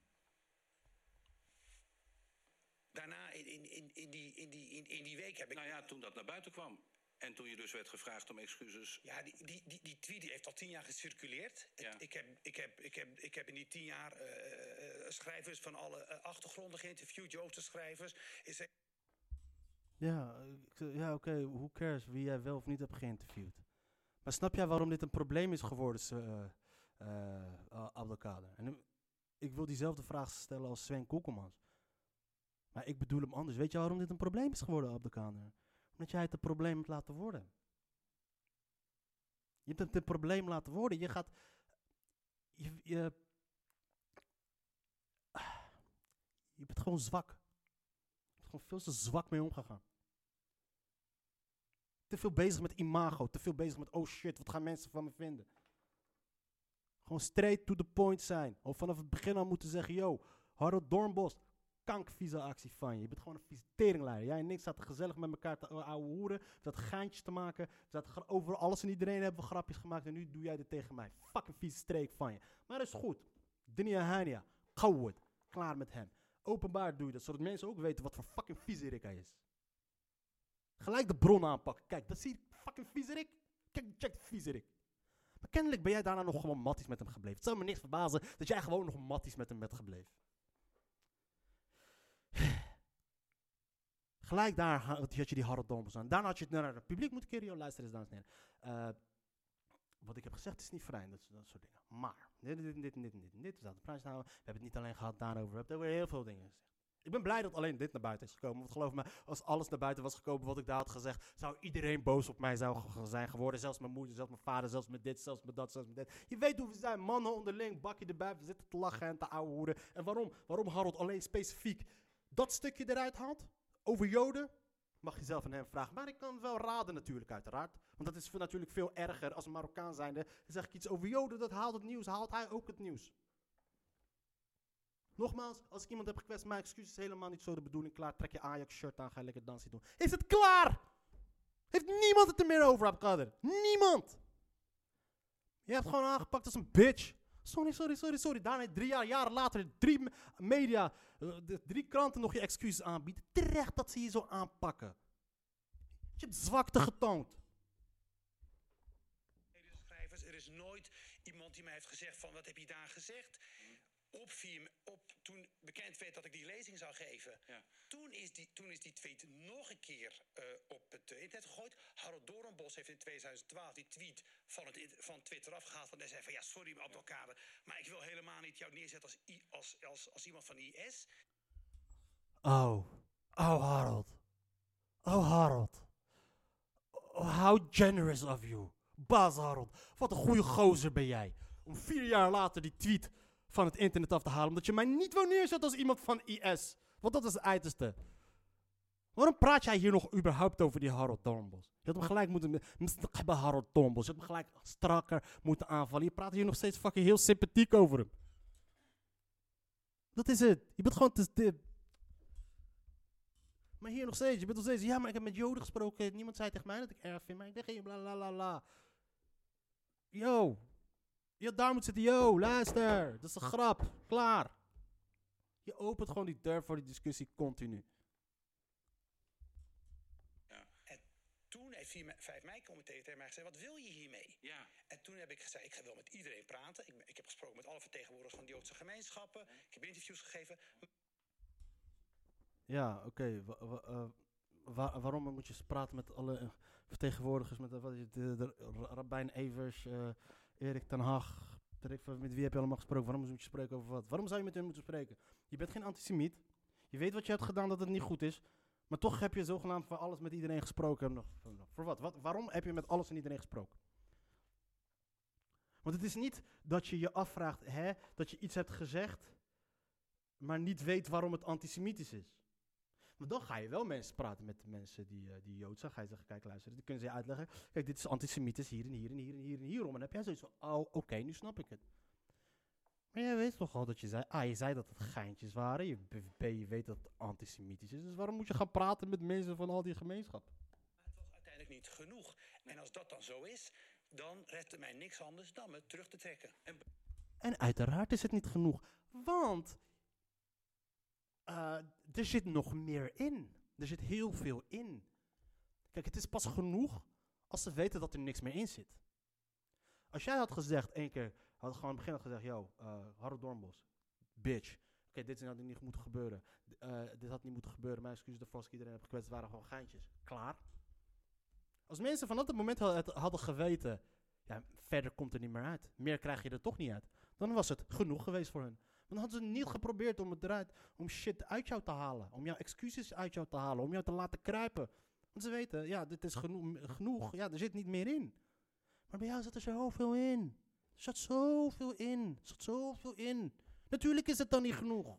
Daarna, in, in, in, in, die, in, die, in, in die week heb ik... Nou ja, toen dat naar buiten kwam. En toen je dus werd gevraagd om excuses. Ja, die, die, die, die tweet die heeft al tien jaar gecirculeerd. Ja. Ik, ik, heb, ik, heb, ik, heb, ik heb in die tien jaar uh, uh, schrijvers van alle uh, achtergronden geïnterviewd, Joodse schrijvers. Is er... Ja, ik- ja oké, okay, who cares wie jij wel of niet hebt geïnterviewd. Maar snap jij waarom dit een probleem is geworden, uh, uh, Abdelkader? En nu- ik wil diezelfde vraag stellen als Sven Koekelmans. Maar ik bedoel hem anders. Weet je waarom dit een probleem is geworden, Abdelkader? Omdat jij het een probleem hebt laten worden. Je hebt het een probleem laten worden. Je gaat... Je, je, Je bent gewoon zwak. Je bent gewoon veel te zwak mee omgegaan. Te veel bezig met imago. Te veel bezig met, oh shit, wat gaan mensen van me vinden? Gewoon straight to the point zijn. Of vanaf het begin al moeten zeggen, yo, Harold Doornbos, kankvieze actie van je. Je bent gewoon een vieze teringleier. Jij en niks zaten gezellig met elkaar te ouwe hoeren. We zaten geintjes te maken. We zaten over alles en iedereen hebben we grapjes gemaakt. En nu doe jij dit tegen mij. Fucking vieze streek van je. Maar dat is goed. Dinia Hania. Gauw het. Klaar met hem. Openbaar doe je dat, zodat mensen ook weten wat voor fucking viezerik hij is. Gelijk de bron aanpakken. Kijk, dat zie je fucking viezerik. Kijk, check de viezerik. Maar kennelijk ben jij daarna nog gewoon matties met hem gebleven. Het zou me niks verbazen dat jij gewoon nog matties met hem bent gebleven. Gelijk daar had je die Harold Doornbos aan. Daarna had je het naar het publiek moeten keren. Yo, luister eens, dames en heren. Uh, wat ik heb gezegd is niet vrij, dat, dat soort dingen. Maar, dit, dit, dit, dit, dit, dit, we zaten de prijs te houden. We hebben het niet alleen gehad daarover, we hebben over heel veel dingen gezegd. Ik ben blij dat alleen dit naar buiten is gekomen. Want geloof me, als alles naar buiten was gekomen wat ik daar had gezegd, zou iedereen boos op mij zou ge- zijn geworden. Zelfs mijn moeder, zelfs mijn vader, zelfs met dit, zelfs met dat, zelfs met dit. Je weet hoe we zijn, mannen onderling, bakje erbij, we zitten te lachen en te ouwe hoeren. En waarom? Waarom Harold alleen specifiek dat stukje eruit haalt? Over Joden? Mag je zelf aan hem vragen. Maar ik kan het wel raden natuurlijk, uiteraard. Want dat is veel, natuurlijk veel erger als een Marokkaan zijnde. Dan zeg ik iets over Joden, dat haalt het nieuws, haalt hij ook het nieuws. Nogmaals, als ik iemand heb gekwetst, mijn excuses helemaal niet zo de bedoeling. Klaar, trek je Ajax-shirt aan, ga je lekker dansen doen. Is het klaar? Heeft niemand het er meer over, Abkader? Niemand! Je hebt gewoon aangepakt als een bitch. Sorry, sorry, sorry, sorry. Daarna drie jaar, jaren later, drie me- media, uh, de drie kranten nog je excuses aanbieden. Terecht dat ze je zo aanpakken. Je hebt zwakte getoond. Schrijvers, er is nooit iemand die mij heeft gezegd van wat heb je daar gezegd? Op, vier, op toen bekend werd dat ik die lezing zou geven. Ja. Toen, is die, toen is die tweet nog een keer uh, op het internet gegooid. Harold Doornbos heeft in tweeduizend twaalf die tweet van, het, van Twitter afgehaald. Want hij zei van ja, sorry Abdelkader, maar ik wil helemaal niet jou neerzetten als, I, als, als, als iemand van de I S. Oh, oh Harold. Oh Harold. Oh, how generous of you. Baas Harold, wat een goede gozer ben jij. Om vier jaar later die tweet van het internet af te halen, omdat je mij niet wou neerzetten als iemand van I S. Want dat is het uiterste. Waarom praat jij hier nog überhaupt over die Harold Doornbos? Je had hem gelijk moeten... Bij Harold Doornbos. Je had hem gelijk strakker moeten aanvallen. Je praat hier nog steeds fucking heel sympathiek over hem. Dat is het. Je bent gewoon te... te maar hier nog steeds. Je bent nog steeds... Ja, maar ik heb met Joden gesproken. Niemand zei tegen mij dat ik erg vind. Maar ik dacht geen bla la la la. Yo. Je daar moet zitten. Yo, luister. Dat is een grap. Klaar. Je opent gewoon die deur voor die discussie continu. Toen heeft vijf mei-comité tegen mij gezegd, wat wil je hiermee? Ja. En toen heb ik gezegd, ik ga wel met iedereen praten. Ik, ik heb gesproken met alle vertegenwoordigers van de Joodse gemeenschappen. Ik heb interviews gegeven. Ja, oké. Okay. Wa- wa- uh, wa- waarom moet je praten met alle uh, vertegenwoordigers? Met uh, wat is het, de, de Rabijn Evers, uh, Erik ten Hag. Met wie heb je allemaal gesproken? Waarom moet je spreken over wat? Waarom zou je met hen moeten spreken? Je bent geen antisemiet. Je weet wat je hebt gedaan dat het niet goed is. Maar toch heb je zogenaamd voor alles met iedereen gesproken. Nog, voor wat? wat? Waarom heb je met alles en iedereen gesproken? Want het is niet dat je je afvraagt, hè, dat je iets hebt gezegd, maar niet weet waarom het antisemitisch is. Maar dan ga je wel mensen praten met de mensen die, uh, die Jood zijn. Ga je zeggen, kijk luister, dan kunnen ze je uitleggen. Kijk, dit is antisemitisch hier en hier en hier en hier en hierom. En dan heb jij zoiets van, oh, oké, okay, nu snap ik het. Maar jij weet toch al dat je zei, ah, je zei dat het geintjes waren. Je, B, je weet dat het antisemitisch is. Dus waarom moet je gaan praten met mensen van al die gemeenschappen? Maar het was uiteindelijk niet genoeg. En als dat dan zo is, dan restte mij niks anders dan me terug te trekken. En, en uiteraard is het niet genoeg. Want uh, er zit nog meer in. Er zit heel veel in. Kijk, het is pas genoeg als ze weten dat er niks meer in zit. Als jij had gezegd, één keer, had gewoon aan het begin had gezegd, yo, uh, Harold Doornbos, bitch. Oké, okay, dit is nou niet moeten gebeuren. D- uh, dit had niet moeten gebeuren. Mijn excuses ervoor als ik iedereen heb gekwetst. Het waren gewoon geintjes. Klaar. Als mensen vanaf dat moment had, hadden geweten, ja, verder komt er niet meer uit. Meer krijg je er toch niet uit. Dan was het genoeg geweest voor hen. Dan hadden ze niet geprobeerd om het eruit, om shit uit jou te halen. Om jouw excuses uit jou te halen. Om jou te laten kruipen. Want ze weten, ja, dit is geno- genoeg. Ja, er zit niet meer in. Maar bij jou zat er zoveel in. Er zat zoveel in. Er zat zoveel in. Natuurlijk is het dan niet genoeg.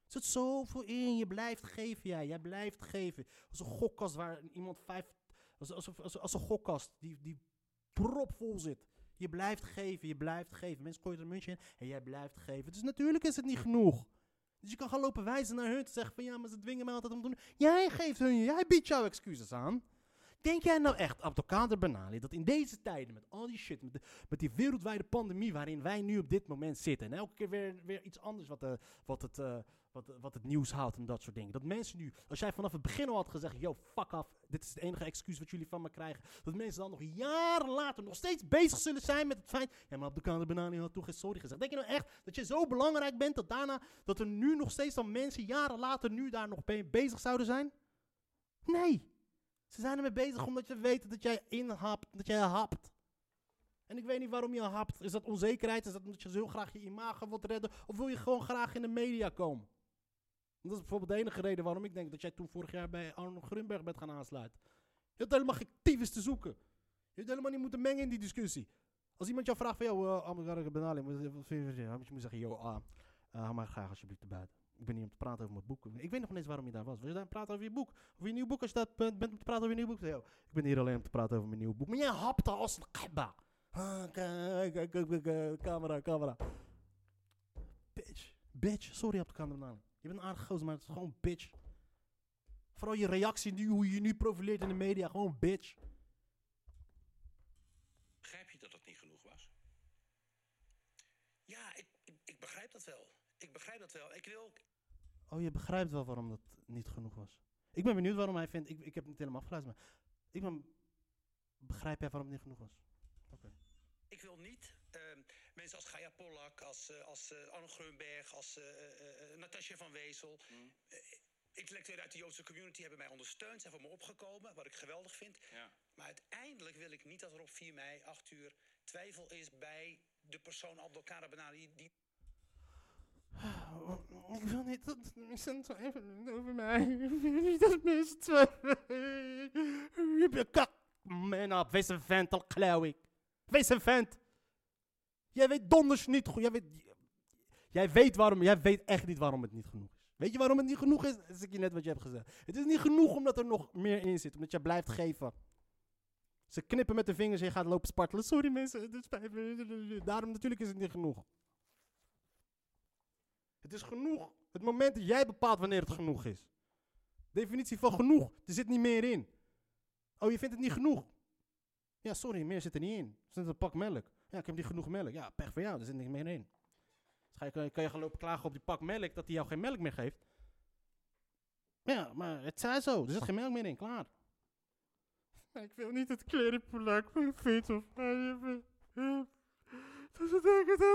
Er zit zoveel in. Je blijft geven, jij. Jij blijft geven. Als een gokkast waar iemand vijf... Als, als, als, als een gokkast die, die propvol zit. Je blijft geven, je blijft geven. Mensen gooien er een muntje in en jij blijft geven. Dus natuurlijk is het niet genoeg. Dus je kan gaan lopen wijzen naar hun te zeggen van ja, maar ze dwingen mij altijd om te doen. Jij geeft hun, jij biedt jouw excuses aan. Denk jij nou echt, Abdelkader Benali, dat in deze tijden met al die shit, met, de, met die wereldwijde pandemie waarin wij nu op dit moment zitten en elke keer weer, weer iets anders wat, uh, wat, het, uh, wat, wat het nieuws houdt en dat soort dingen. Dat mensen nu, als jij vanaf het begin al had gezegd, yo, fuck af, dit is het enige excuus wat jullie van me krijgen, dat mensen dan nog jaren later nog steeds bezig zullen zijn met het feit, ja, maar Abdelkader Benali had toen geen sorry gezegd. Denk je nou echt dat je zo belangrijk bent dat daarna, dat er nu nog steeds dan mensen jaren later nu daar nog be- bezig zouden zijn? Nee. Ze zijn ermee bezig omdat je weet dat jij inhapt, dat jij hapt. En ik weet niet waarom je hapt. Is dat onzekerheid? Is dat omdat je zo heel graag je imago wilt redden? Of wil je gewoon graag in de media komen? Dat is bijvoorbeeld de enige reden waarom ik denk dat jij toen vorig jaar bij Arno Grunberg bent gaan aansluiten. Je had helemaal geen tyfus te zoeken. Je had helemaal niet moeten mengen in die discussie. Als iemand jou vraagt van, joh, Abdelkader Benali, moet je moet zeggen, joh, ah, uh, hou maar graag alsjeblieft erbij. Ik ben hier om te praten over mijn boek. Ik weet nog niet eens waarom je daar was. Was je daar om te praten over je boek? Over je nieuw boek? Als je daar bent om te praten over je nieuw boek? Yo, ik ben hier alleen om te praten over mijn nieuw boek. Maar jij hapte als een kibba. Camera, camera. Bitch. Bitch. Sorry op de camera. Je bent een aardige gozer, maar het is gewoon bitch. Vooral je reactie nu, hoe je je nu profileert in de media. Gewoon bitch. Begrijp je dat het niet genoeg was? Ja, ik, ik, ik begrijp dat wel. Ik begrijp dat wel. Ik wil... Oh, je begrijpt wel waarom dat niet genoeg was. Ik ben benieuwd waarom hij vindt... Ik, ik heb het niet helemaal afgeluisterd, maar... Ik ben... Begrijp jij waarom het niet genoeg was? Oké. Okay. Ik wil niet uh, mensen als Gaia Pollak, als, uh, als uh, Arno Grunberg, als uh, uh, uh, Natasja van Wezel... Mm. Uh, intellectuelen uit de Joodse community hebben mij ondersteund, zijn voor me opgekomen, wat ik geweldig vind. Ja. Maar uiteindelijk wil ik niet dat er op vier mei, acht uur, twijfel is bij de persoon Abdelkader Benali die... Ik wil niet dat mensen twijfelen over mij. Ik wil niet dat mensen twijfelen. Je bent kak. Man op, wees een vent, al klauw ik. Wees een vent. Jij weet donders niet goed. Jij weet, jij weet waarom, jij weet echt niet waarom het niet genoeg is. Weet je waarom het niet genoeg is? Dat is ik je net wat je hebt gezegd. Het is niet genoeg omdat er nog meer in zit. Omdat je blijft geven. Ze knippen met de vingers en je gaat lopen spartelen. Sorry mensen, het spijt me. Daarom natuurlijk is het niet genoeg. Het is genoeg. Het moment dat jij bepaalt wanneer het genoeg is. Definitie van genoeg. Er zit niet meer in. Oh, je vindt het niet genoeg? Ja, sorry, meer zit er niet in. Er zit een pak melk. Ja, ik heb niet genoeg melk. Ja, pech voor jou, er zit niks meer in. Dus ga je, kan, je, kan je gaan lopen klagen op die pak melk dat hij jou geen melk meer geeft? Ja, maar het zei zo. Er zit geen melk meer in, klaar. Maar ik wil niet het klerenplak van fiets of... Dus ik denk het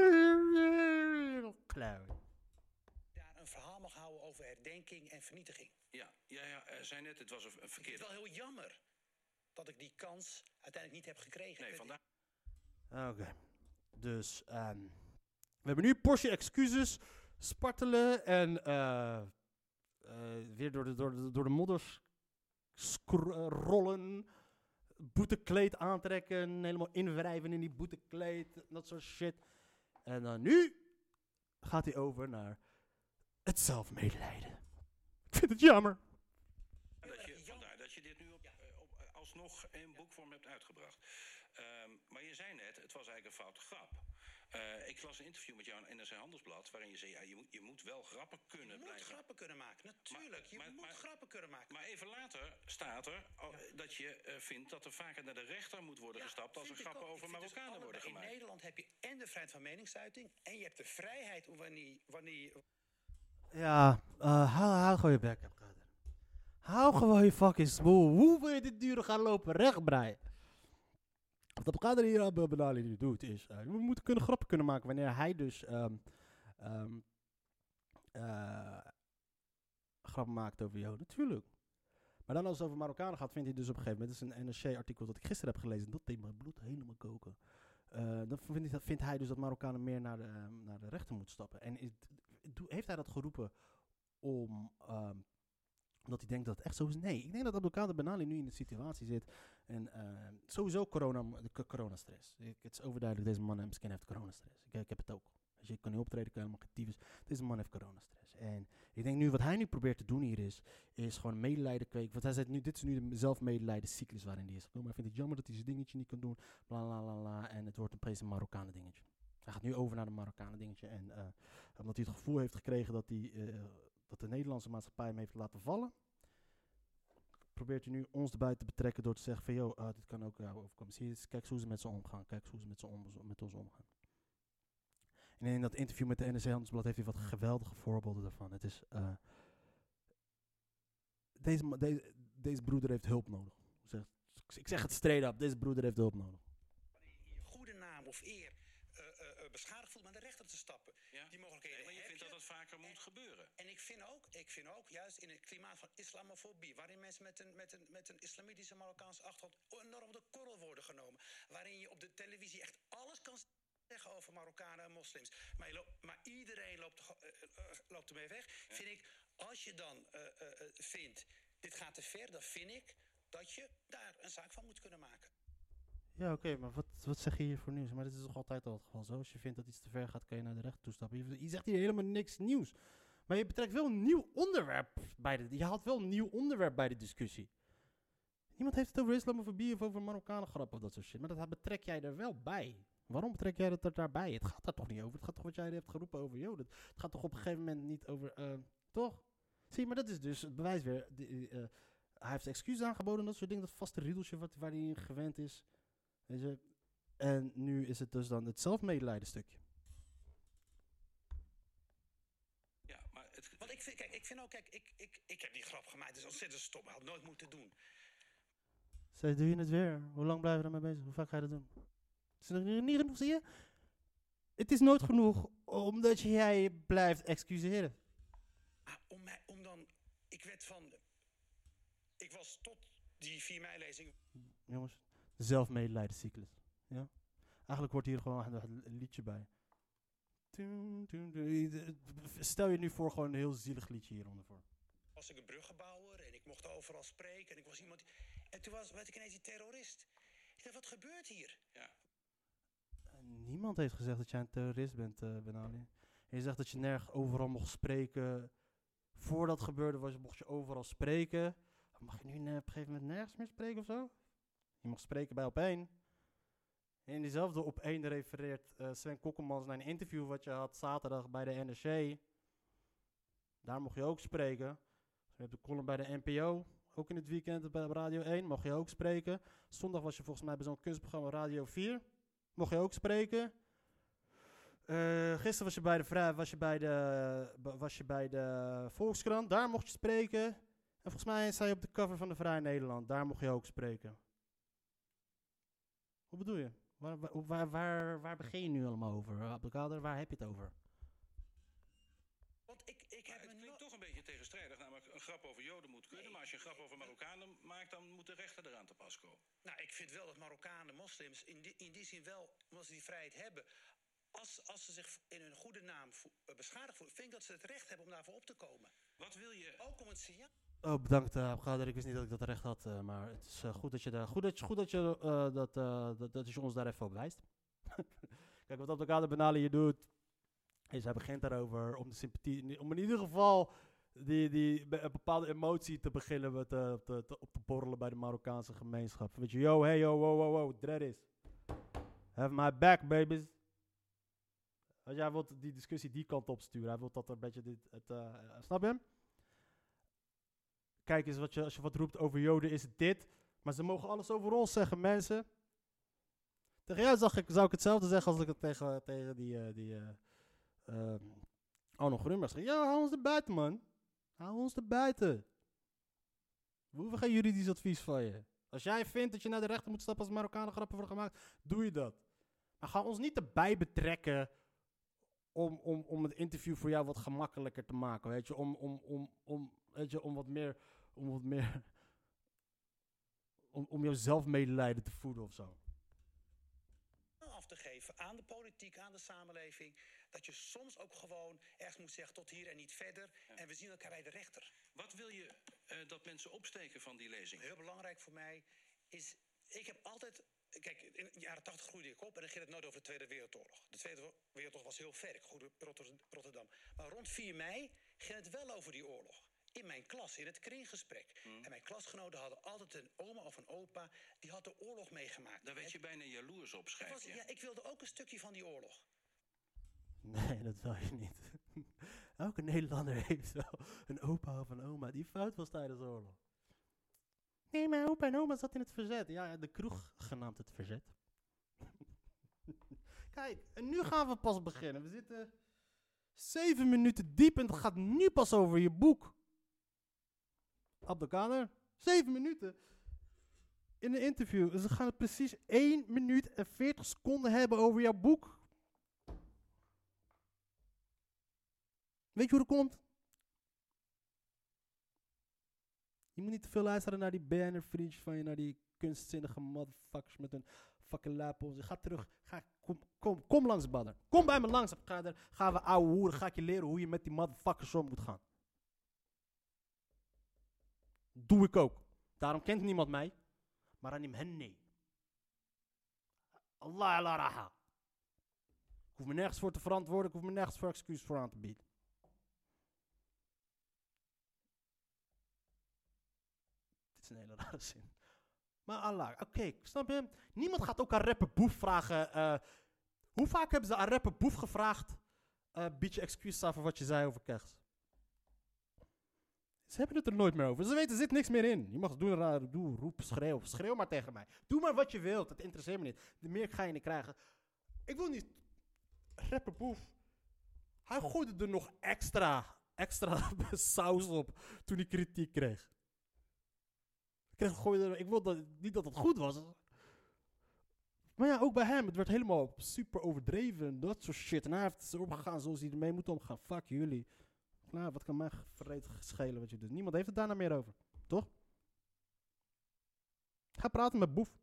ook klauw. Daar een verhaal mag houden over herdenking en vernietiging. Ja, ja, ja, uh, zei net, het was een, een verkeerde... Het is wel heel jammer dat ik die kans uiteindelijk niet heb gekregen. Nee, vandaar. Oké. Okay. Dus, um, we hebben nu een portie excuses, spartelen en uh, uh, weer door de, door de, door de modders skr- uh, rollen, boetekleed aantrekken, helemaal inwrijven in die boetekleed, dat soort shit. En dan nu gaat hij over naar het zelfmedelijden. Ik vind het jammer. Dat je, vandaar dat je dit nu op, uh, op, alsnog in boekvorm hebt uitgebracht. Um, maar je zei net, het was eigenlijk een foute grap. Uh, ik las een interview met jou in N R C Handelsblad, waarin je zei, ja, je moet, je moet wel grappen kunnen Je moet blijven. grappen kunnen maken, natuurlijk. Maar, je maar, moet maar, grappen kunnen maken. Maar even later staat er oh, ja. dat je uh, vindt dat er vaker naar de rechter moet worden ja, gestapt als er grappen over Marokkanen dus worden gemaakt. In Nederland heb je en de vrijheid van meningsuiting en je hebt de vrijheid om wanneer... wanneer ja, uh, hou, hou gewoon je bek op, Kader. Hou gewoon je fucking smoel. Hoe wil je dit duren gaan lopen rechtbreien? Wat Kader hier aan Benali nu doet is, uh, we moeten kunnen grappen kunnen maken wanneer hij dus um, um, uh, grappen maakt over jou. Natuurlijk. Maar dan als het over Marokkanen gaat, vindt hij dus op een gegeven moment, dat is een N R C-artikel dat ik gisteren heb gelezen, dat deed mijn bloed helemaal koken. Uh, dan vindt hij, vindt hij dus dat Marokkanen meer naar de, um, naar de rechter moeten stappen. En is, heeft hij dat geroepen om... Um, omdat hij denkt dat het echt zo is. Nee, ik denk dat Abdelkader Benali nu in de situatie zit. En uh, sowieso corona, de coronastress. Ik, het is overduidelijk, deze man misschien heeft coronastress. Ik, ik heb het ook. Weet je, ik kan niet optreden, ik kan helemaal geen tyfus. Deze man heeft coronastress. En ik denk nu, wat hij nu probeert te doen hier is, is gewoon medelijden kweken. Want hij zegt nu, dit is nu de zelfmedelijdencyclus waarin hij is gekomen. Hij vindt het jammer dat hij zijn dingetje niet kan doen. Bla bla bla bla. En het wordt opeens een Marokkanen dingetje. Hij gaat nu over naar de Marokkanen dingetje. En uh, omdat hij het gevoel heeft gekregen dat, hij, uh, dat de Nederlandse maatschappij hem heeft laten vallen, probeert hij nu ons erbij te betrekken door te zeggen van, joh, uh, dit kan ook jou overkomen. Zie je, kijk hoe ze met ze omgaan. Kijk hoe ze met, ze om, met ons omgaan. En in dat interview met de N R C Handelsblad heeft hij wat geweldige voorbeelden daarvan. Het is, uh, deze, deze, deze broeder heeft hulp nodig. Ik zeg, ik zeg het straight up, deze broeder heeft hulp nodig. Je goede naam of eer uh, uh, uh, beschadigd voelt, maar de rechter te stappen. Ja? Die mogelijkheden Nee, maar je heb vindt dat dat vaker moet gebeuren. En ik vind ook, ik vind ook, juist in het klimaat van islamofobie, waarin mensen met een, met een, met een islamitische Marokkaanse achtergrond enorm op de korrel worden genomen, waarin je op de televisie echt alles kan zeggen over Marokkanen en moslims, maar, je loopt, maar iedereen loopt, uh, uh, loopt ermee weg, ja. Vind ik, als je dan uh, uh, vindt, dit gaat te ver, dan vind ik dat je daar een zaak van moet kunnen maken. Ja, oké, okay, maar wat, wat zeg je hier voor nieuws? Maar dit is toch altijd al het geval zo? Als je vindt dat iets te ver gaat, kan je naar de rechter toestappen. Je, je zegt hier helemaal niks nieuws. Maar je betrekt wel een nieuw onderwerp bij de... Je haalt wel een nieuw onderwerp bij de discussie. Niemand heeft het over islamofobie of over Marokkanen grappen of dat soort shit. Maar dat betrek jij er wel bij. Waarom betrek jij dat er daarbij? Het gaat daar toch niet over? Het gaat toch wat jij hebt geroepen over? Yo, dat, het gaat toch op een gegeven moment niet over... Uh, toch? Zie je, maar dat is dus het bewijs weer. De, uh, hij heeft excuses aangeboden en dat soort dingen. Dat vaste riedeltje wat, waar hij in gewend is. Weet je? En nu is het dus dan het zelfmedelijden stukje. Ja, maar het... Want ik vind, kijk, ik vind ook, kijk, ik, ik, ik heb die grap gemaakt. Het is ontzettend stom. Ik had het nooit moeten doen. Zeg, doe je het weer? Hoe lang blijven we ermee bezig? Hoe vaak ga je dat doen? Het is nog niet genoeg, zie je? Het is nooit genoeg omdat jij blijft excuseren. Ah, om, mij, om dan... Ik werd van... Ik was tot die vier mei-lezing... Jongens, zelfmedelijdencyclus. Ja? Eigenlijk hoort hier gewoon een liedje bij. Stel je nu voor gewoon een heel zielig liedje hieronder voor. Was ik een bruggenbouwer en ik mocht overal spreken en ik was iemand... En toen was, werd ik ineens die terrorist. Ik dacht, wat gebeurt hier? Ja. Niemand heeft gezegd dat jij een terrorist bent, uh, Ben Ali. Je zegt dat je nergens overal mocht spreken. Voordat het gebeurde was, mocht je overal spreken. Mag je nu op een gegeven moment nergens meer spreken of zo? Je mag spreken bij Op één. In diezelfde Op één refereert uh, Sven Kokkelmans naar een interview wat je had zaterdag bij de N R C. Daar mocht je ook spreken. Je hebt de column bij de N P O. Ook in het weekend bij Radio één mocht je ook spreken. Zondag was je volgens mij bij zo'n kunstprogramma Radio vier. Mocht je ook spreken. Uh, gisteren was je bij de vrij, was je bij de was je bij de Volkskrant. Daar mocht je spreken. En volgens mij sta je op de cover van de Vrij Nederland. Daar mocht je ook spreken. Wat bedoel je? Waar, waar, waar, waar begin je nu allemaal over, Abdelkader? Waar heb je het over? Want ik, ik heb het klinkt no- toch een beetje tegenstrijdig. Namelijk, een grap over Joden moet kunnen. Nee, maar als je een grap over Marokkanen maakt, dan moet de rechter eraan te pas komen. Nou, ik vind wel dat Marokkanen, moslims, in die, in die zin wel, omdat ze die vrijheid hebben... Als, als ze zich in hun goede naam vo- beschadigd voelen, vind ik dat ze het recht hebben om daarvoor op te komen. Wat wil je? Ook om het signaal. Oh, bedankt, uh, Abdelkader. Ik wist niet dat ik dat recht had, uh, maar het is uh, goed dat je, daar, goed dat je, goed dat je, uh, dat, uh, dat, dat je ons daar even op wijst. Kijk, wat Abdelkader Ben Ali hier doet, is hij begint daarover om de sympathie, om in ieder geval die, die, een bepaalde emotie te beginnen met, uh, te, te, op te borrelen bij de Marokkaanse gemeenschap. Weet je, yo, hey, yo, wow, wow, wow, dread is. Have my back, babies. Als jij wilt die discussie die kant op sturen, hij wil dat er een beetje dit, het, uh, snap je hem? Kijk eens, wat je, als je wat roept over Joden is het dit, maar ze mogen alles over ons zeggen, mensen. Tegen jou zag ik, zou ik hetzelfde zeggen als ik het tegen, tegen die, uh, die uh, uh, Arno Grunberg zeg. Ja, hou ons er buiten, man. Hou ons er buiten. We hoeven geen juridisch advies van je. Als jij vindt dat je naar de rechter moet stappen als Marokkanen grappen worden gemaakt, doe je dat. Maar ga ons niet erbij betrekken om, om, om het interview voor jou wat gemakkelijker te maken, weet je, om, om, om, om, weet je, om wat meer, om wat meer, om, om jouw zelfmedelijden te voeden of zo. Af te geven aan de politiek, aan de samenleving, dat je soms ook gewoon ergens moet zeggen tot hier en niet verder. Ja. En we zien elkaar bij de rechter. Wat wil je uh, dat mensen opsteken van die lezing? Heel belangrijk voor mij is, ik heb altijd kijk, in de jaren tachtig groeide ik op en dan ging het nooit over de Tweede Wereldoorlog. De Tweede Wereldoorlog was heel ver, ik groeide op Rotterdam. Maar rond vier mei ging het wel over die oorlog. In mijn klas, in het kringgesprek. Mm. En mijn klasgenoten hadden altijd een oma of een opa, die had de oorlog meegemaakt. Daar werd je bijna jaloers op, schrijf was, je. Ja, ik wilde ook een stukje van die oorlog. Nee, dat wil je niet. Elke Nederlander heeft wel een opa of een oma die fout was tijdens de oorlog. Nee, mijn opa en oma zat in het verzet. Ja, de kroeg genaamd het verzet. Kijk, en nu gaan we pas beginnen. We zitten zeven minuten diep en het gaat nu pas over je boek. Abdelkader, zeven minuten. In een interview. Ze gaan het precies één minuut en veertig seconden hebben over jouw boek. Weet je hoe dat komt? Je moet niet te veel luisteren naar die banner-vriendjes van je, naar die kunstzinnige motherfuckers met hun fucking lapels. Ga terug, ga, kom, kom, kom langs, Badr. Kom bij me langs, Abdelkader. Gaan we ouwe hoeren, ga ik je leren hoe je met die motherfuckers om moet gaan. Doe ik ook. Daarom kent niemand mij. Maar aan hem hen nee. Allah ala raha. Ik hoef me nergens voor te verantwoorden, ik hoef me nergens voor excuus voor aan te bieden. Dit is een hele rare zin. Maar Allah, oké, okay, snap je? Niemand gaat ook aan rapper Boef vragen. Uh, hoe vaak hebben ze aan rapper Boef gevraagd? Uh, bied je excuus aan voor wat je zei over Kers. Ze hebben het er nooit meer over. Ze weten, er zit niks meer in. Je mag doen, raar, doe, roep, schreeuw. Schreeuw maar tegen mij. Doe maar wat je wilt. Dat interesseert me niet. De meer ga je niet krijgen. Ik wil niet... Rapper Boef. Hij gooide er nog extra, extra saus op toen hij kritiek kreeg. Ik, kreeg, gooide er, ik wilde niet dat het goed was. Maar ja, ook bij hem. Het werd helemaal super overdreven en dat soort shit. En hij heeft erop gegaan zoals hij ermee moet omgaan. Fuck jullie. Nou, wat kan mij verreed schelen wat je doet. Niemand heeft het daarna meer over. Toch? Ga praten met Boef.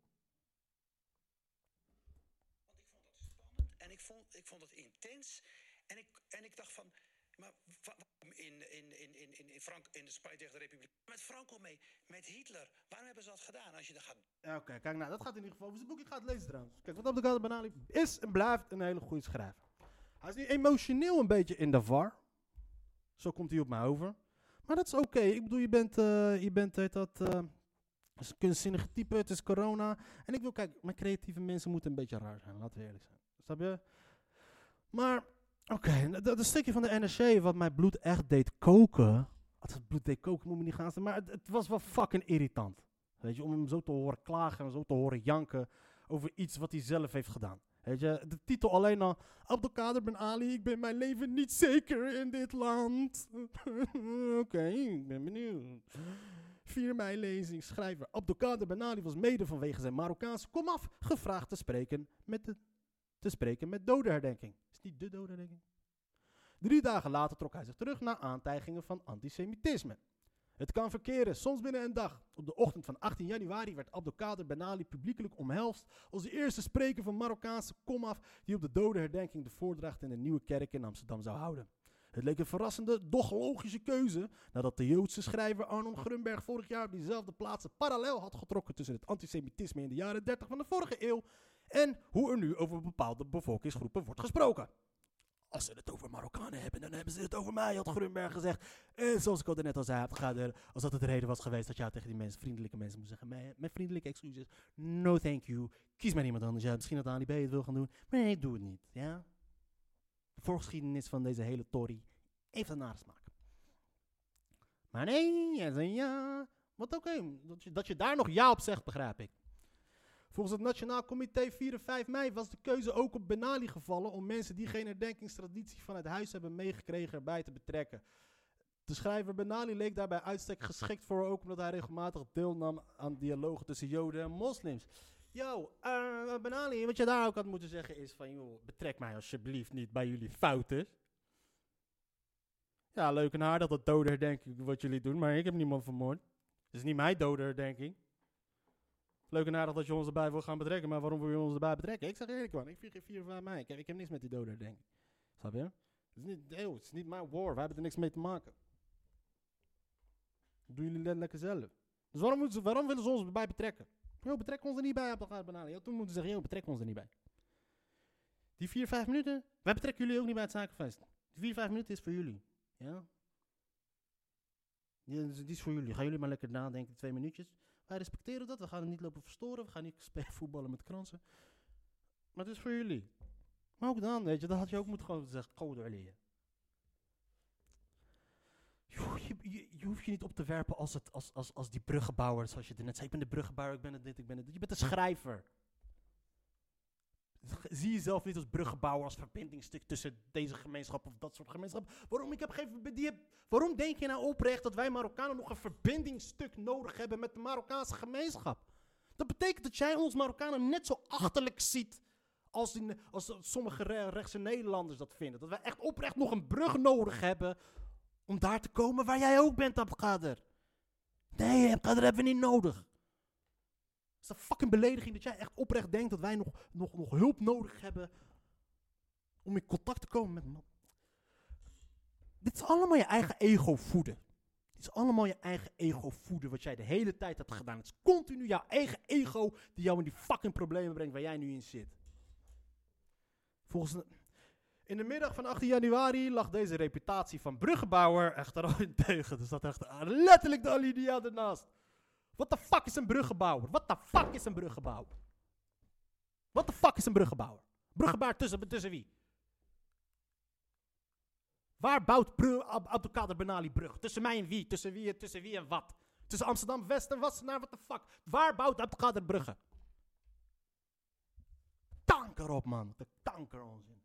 Want ik vond dat spannend en ik vond, ik vond het intens. En ik, en ik dacht van... Maar in, in, in, in, in, Frank, in de strijd tegen de Republiek. Met Franco mee, met Hitler. Waarom hebben ze dat gedaan als je dan gaat... Oké, okay, kijk nou, dat gaat in ieder geval over zijn boek. Ik ga het lezen trouwens. Kijk, wat Abdelkader Benali is en blijft een hele goede schrijver. Hij is nu emotioneel een beetje in de war. Zo komt hij op mij over. Maar dat is oké. Okay. Ik bedoel, je bent, uh, je bent, heet dat, uh, een kunstzinnige type. Het is corona. En ik wil, kijk, mijn creatieve mensen moeten een beetje raar zijn. Laten we eerlijk zijn. Snap je? Maar, oké. Okay, dat, dat stukje van de N R C wat mijn bloed echt deed koken. Als het bloed deed koken, moet me niet gaan staan. Maar het, het was wel fucking irritant. Weet je, om hem zo te horen klagen en zo te horen janken over iets wat hij zelf heeft gedaan. Weet je, de titel alleen al. Abdelkader Benali, ik ben mijn leven niet zeker in dit land. Oké, okay, ik ben benieuwd. vier mei lezing, schrijver Abdelkader Benali was mede vanwege zijn Marokkaanse komaf gevraagd te spreken met de, te spreken met dodenherdenking. Is niet de dodenherdenking? Drie dagen later trok hij zich terug na aantijgingen van antisemitisme. Het kan verkeren, soms binnen een dag. Op de ochtend van achttien januari werd Abdelkader Benali publiekelijk omhelst als de eerste spreker van Marokkaanse komaf die op de dodenherdenking de voordracht in de Nieuwe Kerk in Amsterdam zou houden. Het leek een verrassende, doch logische keuze nadat de Joodse schrijver Arnon Grunberg vorig jaar op diezelfde plaats een parallel had getrokken tussen het antisemitisme in de jaren dertig van de vorige eeuw en hoe er nu over bepaalde bevolkingsgroepen wordt gesproken. Als ze het over Marokkanen hebben, dan hebben ze het over mij, had Grunberg gezegd. En zoals ik al net al zei, als dat het de reden was geweest dat jij tegen die mensen, vriendelijke mensen moet zeggen, mijn, mijn vriendelijke excuses, no thank you, kies maar iemand anders. Ja, misschien dat Ali B het wil gaan doen, maar nee, ik doe het niet. Ja? De voorgeschiedenis van deze hele Tory heeft een nasmaak. Maar nee, ja, ja. Wat oké, okay. dat, je, dat je daar nog ja op zegt, begrijp ik. Volgens het Nationaal Comité vier en vijf mei was de keuze ook op Benali gevallen om mensen die geen herdenkingstraditie van het huis hebben meegekregen erbij te betrekken. De schrijver Benali leek daarbij uitstek geschikt voor, ook omdat hij regelmatig deelnam aan dialogen tussen Joden en moslims. Yo, uh, Benali, wat je daar ook had moeten zeggen is van, joh, betrek mij alsjeblieft niet bij jullie fouten. Ja, leuk en aardig dat dodenherdenking wat jullie doen, maar ik heb niemand vermoord. Het is niet mijn dodenherdenking. Leuk en aardig dat je ons erbij wil gaan betrekken, maar waarom wil je ons erbij betrekken? Ik zeg eerlijk man, ik vier vier van mij. Ik heb, ik heb niks met die dodenherdenking. Snap je? Het is niet, eeuw, het is niet mijn war, wij hebben er niks mee te maken. Dat doen jullie lekker zelf. Dus waarom, ze, waarom willen ze ons erbij betrekken? Yo, betrek ons er niet bij, Abdelkader Ben Ali. Yo, toen moeten ze zeggen, yo, betrek ons er niet bij. Die vier, vijf minuten, wij betrekken jullie ook niet bij het zakenfeest. Die vier, vijf minuten is voor jullie. Ja? Die, die is voor jullie. Gaan jullie maar lekker nadenken, twee minuutjes. Wij respecteren dat, we gaan het niet lopen verstoren. We gaan niet spelen voetballen met kransen. Maar het is voor jullie. Maar ook dan, weet je, dat had je ook moeten gewoon zeggen, code leren. Je, je, je hoeft je niet op te werpen als, het, als, als, als die bruggenbouwer, zoals je er net zei. Ik ben de bruggenbouwer, ik ben het dit, ik ben het dit. Je bent een schrijver. Zie jezelf niet als bruggenbouwer, als verbindingsstuk tussen deze gemeenschap of dat soort gemeenschap. Waarom, ik heb geen, die heb, waarom denk je nou oprecht dat wij Marokkanen nog een verbindingsstuk nodig hebben met de Marokkaanse gemeenschap? Dat betekent dat jij ons Marokkanen net zo achterlijk ziet als, die, als sommige re- rechtse Nederlanders dat vinden. Dat wij echt oprecht nog een brug nodig hebben om daar te komen waar jij ook bent, Abdelkader. Nee, Abdelkader hebben we niet nodig. Het is een fucking belediging dat jij echt oprecht denkt dat wij nog, nog, nog hulp nodig hebben om in contact te komen met man. Dit is allemaal je eigen ego voeden. Dit is allemaal je eigen ego voeden wat jij de hele tijd hebt gedaan. Het is continu jouw eigen ego die jou in die fucking problemen brengt waar jij nu in zit. Volgens de, in de middag van achttien januari lag deze reputatie van bruggenbouwer echter al in teugen. Er zat echt letterlijk de alinea ernaast. What the fuck is een bruggenbouwer? What the fuck is een bruggenbouwer? What the fuck is een bruggenbouwer? Bruggenbouwer tussen, tussen wie? Waar bouwt Bru- Ab- Abdelkader Ben Ali brug? Tussen mij en wie? Tussen wie, tussen wie en wat? Tussen Amsterdam West en Wassenaar? What the fuck? Waar bouwt Abdelkader bruggen? Kanker op, man. De kanker onzin.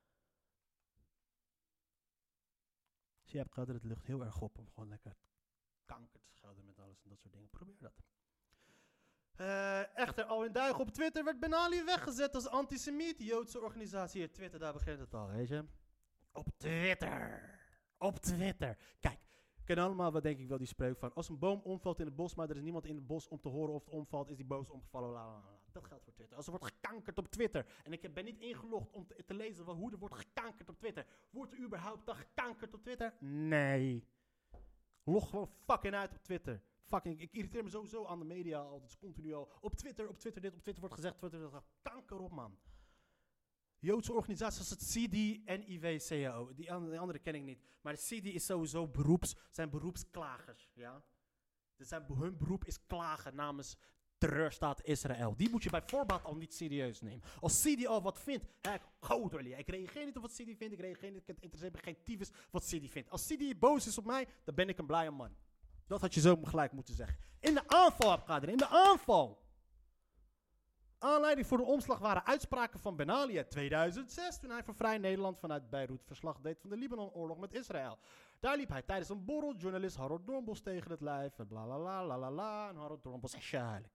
Zie je, Abdelkader, het lucht heel erg op om gewoon lekker kanker te schelden met alles en dat soort dingen. Probeer dat. Uh, echter, al in duigen op Twitter werd Ben Ali weggezet als antisemiet. Joodse organisatie. Hier, Twitter, daar begint het al, weet je. Op Twitter. Op Twitter. Kijk, we kennen allemaal, wat denk ik wel, die spreuk van: als een boom omvalt in het bos, maar er is niemand in het bos om te horen of het omvalt, is die boom omgevallen. La, la, la. Dat geldt voor Twitter. Als er wordt gekankerd op Twitter, en ik ben niet ingelogd om te, te lezen wat, hoe er wordt gekankerd op Twitter. Wordt er überhaupt dan gekankerd op Twitter? Nee. Log gewoon fucking uit op Twitter. Fucking, ik irriteer me sowieso aan de media altijd, continu al. Op Twitter, op Twitter dit, op Twitter wordt gezegd, Twitter dat kanker op, man. Joodse organisaties als het C D en I W C O. Die andere, die andere ken ik niet. Maar de C D is sowieso beroeps, zijn beroepsklagers, ja. Dus zijn, hun beroep is klagen namens terreurstaat Israël. Die moet je bij voorbaat al niet serieus nemen. Als C D al wat vindt, hè, go door je. Ik reageer niet op wat C D vindt, ik reageer niet, ik interesseer me geen tyfus wat C D vindt. Als C D boos is op mij, dan ben ik een blije man. Dat had je zo gelijk moeten zeggen. In de aanval, Abdelkader, in de aanval. Aanleiding voor de omslag waren uitspraken van Ben Ali in tweeduizend zes, toen hij voor Vrij Nederland vanuit Beirut verslag deed van de Libanon-oorlog met Israël. Daar liep hij tijdens een borrel journalist Harold Dornbos tegen het lijf en bla la la la la la. En Harold Dornbos is eigenlijk.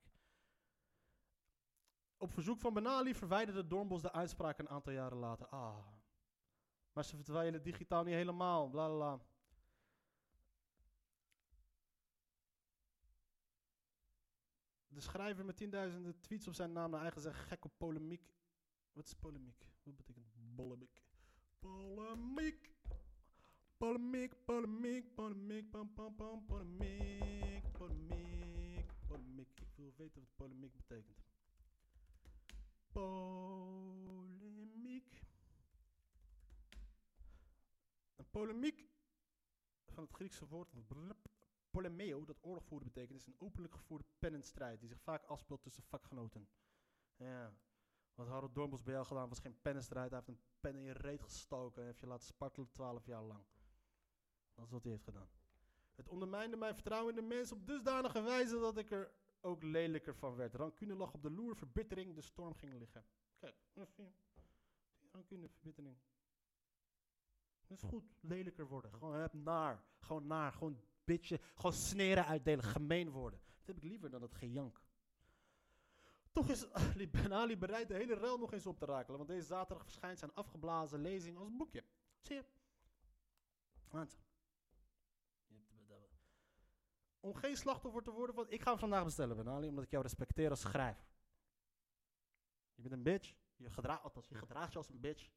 Op verzoek van Ben Ali verwijderde Dornbos de uitspraak een aantal jaren later. Ah, maar ze verdwijnen digitaal niet helemaal, bla la la. De schrijver met tienduizenden tweets op zijn naam naar eigen zeggen gek op polemiek. Wat is polemiek? Wat betekent polemiek? Polemiek. Polemiek, polemiek, polemiek, pam pam pam, polemiek, polemiek, polemiek. Ik wil weten wat polemiek betekent. Polemiek. Een polemiek van het Griekse woord polemeo, dat oorlog voeren betekent, is een openlijk gevoerde pennenstrijd die zich vaak afspeelt tussen vakgenoten. Ja, wat Harold Dornbos bij jou gedaan was geen pennenstrijd. Hij heeft een pen in je reet gestoken en heeft je laten spartelen twaalf jaar lang. Dat is wat hij heeft gedaan. Het ondermijnde mijn vertrouwen in de mens op dusdanige wijze dat ik er ook lelijker van werd. Rancune lag op de loer, verbittering, de storm ging liggen. Kijk, rancune, verbittering. Dat is goed, lelijker worden. Gewoon heb naar, gewoon naar, gewoon bitje, gewoon sneren uitdelen, gemeen worden. Dat heb ik liever dan dat gejank. Toch is Ben Ali bereid de hele ruil nog eens op te rakelen, want deze zaterdag verschijnt zijn afgeblazen lezing als boekje. Zie je? Want. Om geen slachtoffer te worden van... Ik ga hem vandaag bestellen, Ben Ali, omdat ik jou respecteer als schrijver. Je bent een bitch. Je, gedra- althans, je gedraagt je als een bitch.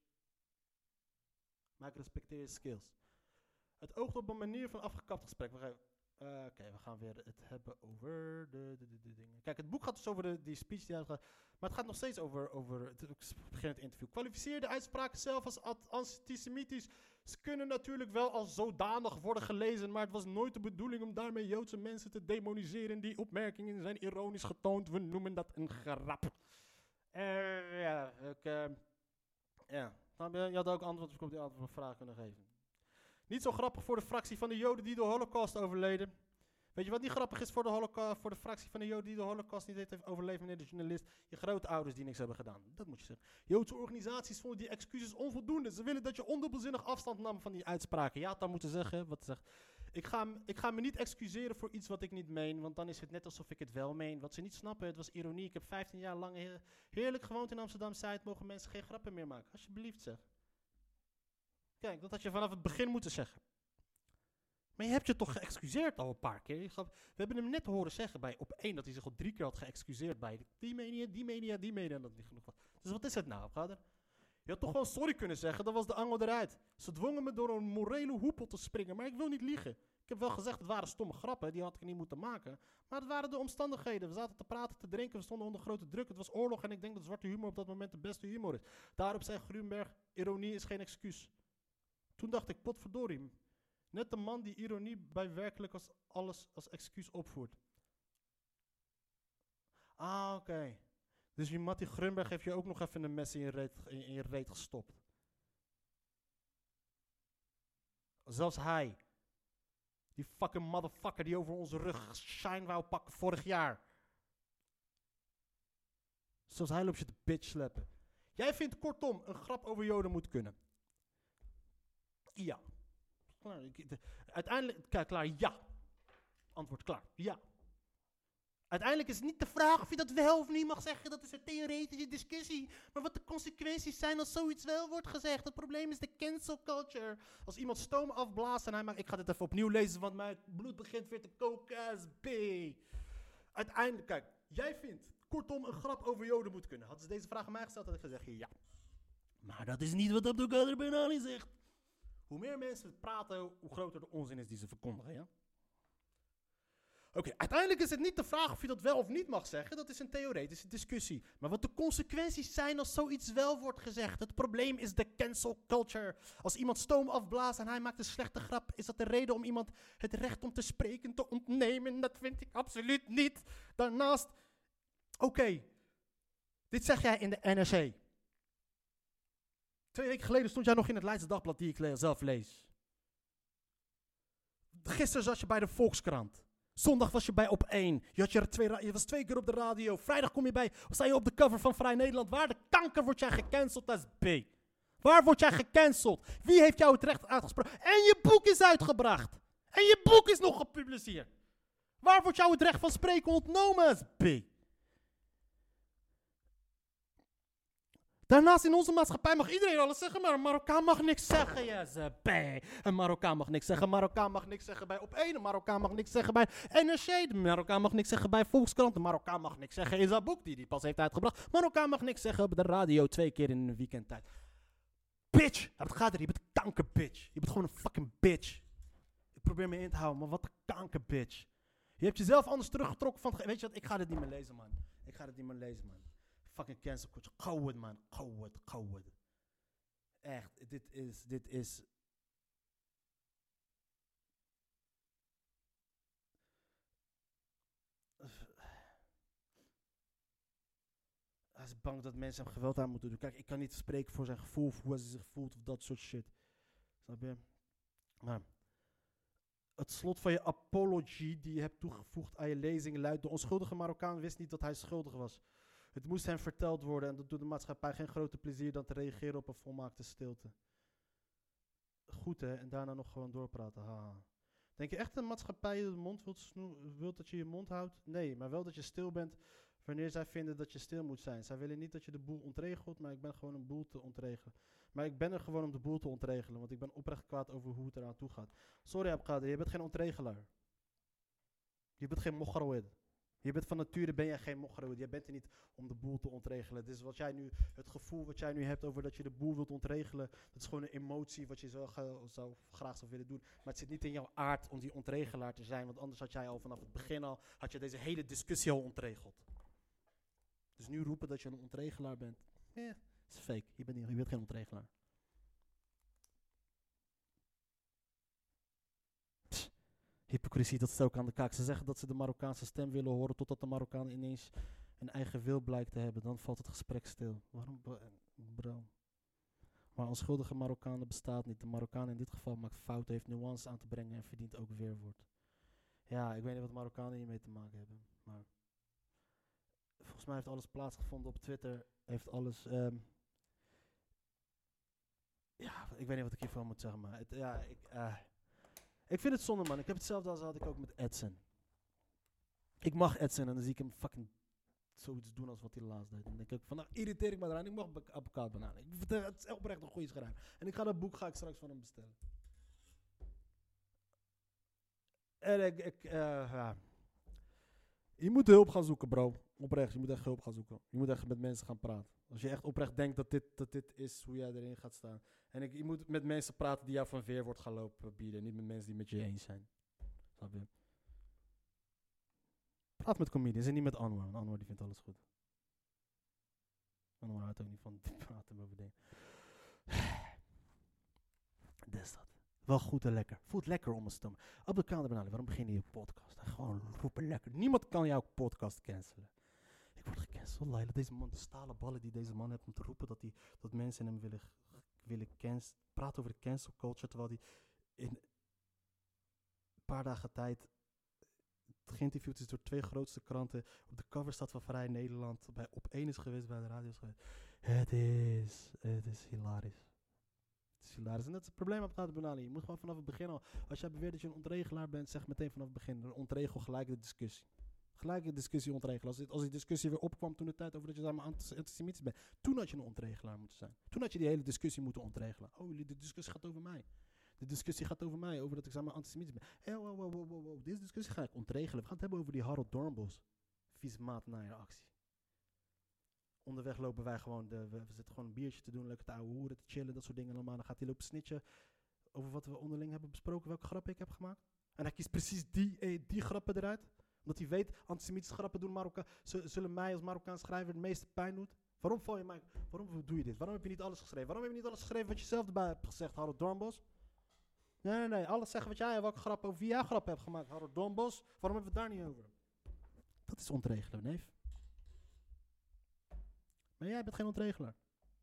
Maar ik respecteer je skills. Het oogt op een manier van afgekapt gesprek. Uh, Uh, Oké, okay, we gaan weer het hebben over de, de, de, de dingen. Kijk, het boek gaat dus over de, die speech die hij gaat. Maar het gaat nog steeds over, over het, ik begin het interview. Kwalificeer de uitspraken zelf als antisemitisch. Ze kunnen natuurlijk wel als zodanig worden gelezen, maar het was nooit de bedoeling om daarmee Joodse mensen te demoniseren. Die opmerkingen zijn ironisch getoond. We noemen dat een grap. Uh, ja, ik, uh, ja. Je had ook antwoord, dus ik op die antwoord op een vraag kunnen geven. Niet zo grappig voor de fractie van de Joden die de Holocaust overleden. Weet je wat niet grappig is voor de, holoca- voor de fractie van de Joden die de Holocaust niet heeft overleefd, meneer de journalist? Je grootouders die niks hebben gedaan. Dat moet je zeggen. Joodse organisaties vonden die excuses onvoldoende. Ze willen dat je ondubbelzinnig afstand nam van die uitspraken. Ja, dat moeten zeggen. Wat zegt. Ik ga, m- ik ga me niet excuseren voor iets wat ik niet meen, want dan is het net alsof ik het wel meen. Wat ze niet snappen, het was ironie. Ik heb vijftien jaar lang heer- heerlijk gewoond in Amsterdam-Zuid. Mogen mensen geen grappen meer maken? Alsjeblieft zeg. Kijk, dat had je vanaf het begin moeten zeggen. Maar je hebt je toch geëxcuseerd al een paar keer. Je gaf, we hebben hem net horen zeggen bij op één dat hij zich al drie keer had geëxcuseerd bij die media, die media, die media en dat niet genoeg was. Dus wat is het nou, Abgader? Je had toch gewoon sorry kunnen zeggen, dan was de angel eruit. Ze dwongen me door een morele hoepel te springen, maar ik wil niet liegen. Ik heb wel gezegd, het waren stomme grappen, die had ik niet moeten maken. Maar het waren de omstandigheden. We zaten te praten, te drinken, we stonden onder grote druk. Het was oorlog en ik denk dat zwarte humor op dat moment de beste humor is. Daarop zei Grunberg, ironie is geen excuus. Toen dacht ik, potverdorie. Net de man die ironie bij werkelijk als alles als excuus opvoert. Ah, oké. Okay. Dus die Mattie Grunberg heeft je ook nog even een mes in je reet, in, in je reet gestopt. Zelfs hij. Die fucking motherfucker die over onze rug shine wou pakken vorig jaar. Zelfs hij loopt je te bitch slappen. Jij vindt kortom een grap over Joden moet kunnen. Ja. Klaar. Ik, de, uiteindelijk, kijk, klaar, ja. Antwoord klaar, ja. Uiteindelijk is het niet de vraag of je dat wel of niet mag zeggen. Dat is een theoretische discussie. Maar wat de consequenties zijn als zoiets wel wordt gezegd. Het probleem is de cancel culture. Als iemand stoom afblaast en hij maakt... Ik ga dit even opnieuw lezen, want mijn bloed begint weer te koken als B. Uiteindelijk, kijk, jij vindt kortom een grap over Joden moet kunnen. Hadden ze deze vraag aan mij gesteld, had ik gezegd ja. Maar dat is niet wat Abdelkader Ben Ali zegt. Hoe meer mensen praten, hoe groter de onzin is die ze verkondigen, ja? Oké, okay, uiteindelijk is het niet de vraag of je dat wel of niet mag zeggen. Dat is een theoretische discussie. Maar wat de consequenties zijn als zoiets wel wordt gezegd. Het probleem is de cancel culture. Als iemand stoom afblaast en hij maakt een slechte grap, is dat de reden om iemand het recht om te spreken te ontnemen? Dat vind ik absoluut niet. Daarnaast, oké, okay, dit zeg jij in de N R C. Twee weken geleden stond jij nog in het Leidse Dagblad die ik le- zelf lees. Gisteren zat je bij de Volkskrant. Zondag was je bij Op één. Je, had je, twee ra- je was twee keer op de radio. Vrijdag kom je bij, sta je op de cover van Vrij Nederland. Waar de kanker word jij gecanceld als B? Waar word jij gecanceld? Wie heeft jou het recht uitgesproken? En je boek is uitgebracht. En je boek is nog gepubliceerd. Waar wordt jou het recht van spreken ontnomen als B? Daarnaast in onze maatschappij mag iedereen alles zeggen, maar een Marokkaan mag niks zeggen. Ja, ze bij. Een Marokkaan mag niks zeggen. Een Marokkaan mag niks zeggen bij Op één. Een Marokkaan mag niks zeggen bij N R C. Een Marokkaan mag niks zeggen bij Volkskrant. Een Marokkaan mag niks zeggen in zijn boek die hij pas heeft uitgebracht. Een Marokkaan mag niks zeggen op de radio twee keer in een weekendtijd. Bitch! Het gaat er, je bent een kankerbitch. Je bent gewoon een fucking bitch. Ik probeer me in te houden, maar wat een kankerbitch. Je hebt jezelf anders teruggetrokken van... Weet je wat, ik ga dit niet meer lezen, man. Ik ga dit niet meer lezen, man. Fucking cancel culture. Gauw het, man. Gauw het, gauw het. Echt, dit is, dit is... Hij is bang dat mensen hem geweld aan moeten doen. Kijk, ik kan niet spreken voor zijn gevoel, of hoe hij zich voelt, of dat soort shit. Snap je? Maar... Het slot van je apology die je hebt toegevoegd aan je lezing luidt... De onschuldige Marokkaan wist niet dat hij schuldig was. Het moest hem verteld worden en dat doet de maatschappij geen groter plezier dan te reageren op een volmaakte stilte. Goed hè, en daarna nog gewoon doorpraten, haha. Denk je echt dat de maatschappij je de mond wilt, snoe- wilt dat je je mond houdt? Nee, maar wel dat je stil bent wanneer zij vinden dat je stil moet zijn. Zij willen niet dat je de boel ontregelt, maar ik ben gewoon een boel te ontregelen. Maar ik ben er gewoon om de boel te ontregelen, want ik ben oprecht kwaad over hoe het eraan toe gaat. Sorry Abgader, je bent geen ontregelaar. Je bent geen mocharoid. Je bent van nature ben jij geen mochroo. Je bent er niet om de boel te ontregelen. Dus wat jij nu, het gevoel wat jij nu hebt over dat je de boel wilt ontregelen, dat is gewoon een emotie wat je zo, ga, zo graag zou willen doen. Maar het zit niet in jouw aard om die ontregelaar te zijn, want anders had jij al vanaf het begin al, had je deze hele discussie al ontregeld. Dus nu roepen dat je een ontregelaar bent, eh, is fake. Je bent, niet, je bent geen ontregelaar. Hypocrisie, dat stook aan de kaak. Ze zeggen dat ze de Marokkaanse stem willen horen totdat de Marokkaan ineens een eigen wil blijkt te hebben. Dan valt het gesprek stil. Waarom, bro? Maar onschuldige Marokkanen bestaat niet. De Marokkaan in dit geval maakt fouten, heeft nuance aan te brengen en verdient ook weerwoord. Ja, ik weet niet wat Marokkanen hiermee te maken hebben. Maar volgens mij heeft alles plaatsgevonden op Twitter. Heeft alles... Um, ja, ik weet niet wat ik hiervan moet zeggen, maar... Het, ja, ik... Uh, Ik vind het zonde, man. Ik heb hetzelfde als had ik ook met Edson. Ik mag Edson en dan zie ik hem fucking zoiets doen als wat hij laatst deed. Dan denk ik van, nou, irriteer ik me eraan. Ik mag advocaat bananen. Ik vind het is oprecht een goede schrijver. En ik ga dat boek ga ik straks van hem bestellen. En ik, ik uh, ja. Je moet hulp gaan zoeken, bro. Oprecht, je moet echt hulp gaan zoeken. Je moet echt met mensen gaan praten. Als je echt oprecht denkt dat dit, dat dit is hoe jij erin gaat staan. En ik, je moet met mensen praten die jou van weerwoord gaan lopen bieden. Niet met mensen die met je eens zijn. Snap je? Praat met comedians en niet met Anwar. Want Anwar die vindt alles goed. Anwar houdt ook niet van praten over dingen. Dat is dat. Wel goed en lekker. Voelt lekker om een stom. Abdelkader Benali, waarom begin je je podcast? Gewoon roepen lekker. Niemand kan jouw podcast cancelen. Ik word gecanceld, Laila. Deze man, de stalen ballen die deze man heeft om te roepen dat, die, dat mensen hem willen, willen cancelen. Praat over de cancel culture, terwijl hij in een paar dagen tijd geïnterviewd is door twee grootste kranten. Op de cover staat van Vrij Nederland. Bij op één is geweest, bij de radio is geweest. Het is, het is hilarisch. Het is hilarisch. En dat is het probleem op Abdelkader Benali. Je moet gewoon vanaf het begin al, als jij beweert dat je een ontregelaar bent, zeg meteen vanaf het begin. Ontregel gelijk de discussie. Gelijk de discussie ontregelen. Als, dit, als die discussie weer opkwam toen de tijd over dat je samen antisemitisch bent. Toen had je een ontregelaar moeten zijn. Toen had je die hele discussie moeten ontregelen. Oh, jullie, de discussie gaat over mij. De discussie gaat over mij, over dat ik samen antisemitisch ben. Hey, wow, wow, wow, wow, wow. Deze discussie ga ik ontregelen. We gaan het hebben over die Harold Dornbos. Vies maat naar je actie. Onderweg lopen wij gewoon, de, we, we zitten gewoon een biertje te doen, lekker te ouwe hoeren, te chillen, dat soort dingen allemaal. Dan gaat hij lopen snitchen over wat we onderling hebben besproken, welke grappen ik heb gemaakt. En hij kiest precies die, eh, die grappen eruit. Omdat hij weet, antisemitische grappen doen Marokka, zullen mij als Marokkaans schrijver het meeste pijn doen. Waarom val je mij, waarom doe je dit? Waarom heb je niet alles geschreven? Waarom heb je niet alles geschreven wat je zelf erbij hebt gezegd, Harold Dornbos? Nee, nee, nee, alles zeggen wat jij, welke grap over wie jij grappen hebt gemaakt, Harold Dornbos. Waarom hebben we het daar niet over? Dat is ontregelen, neef. Maar jij bent geen ontregelaar.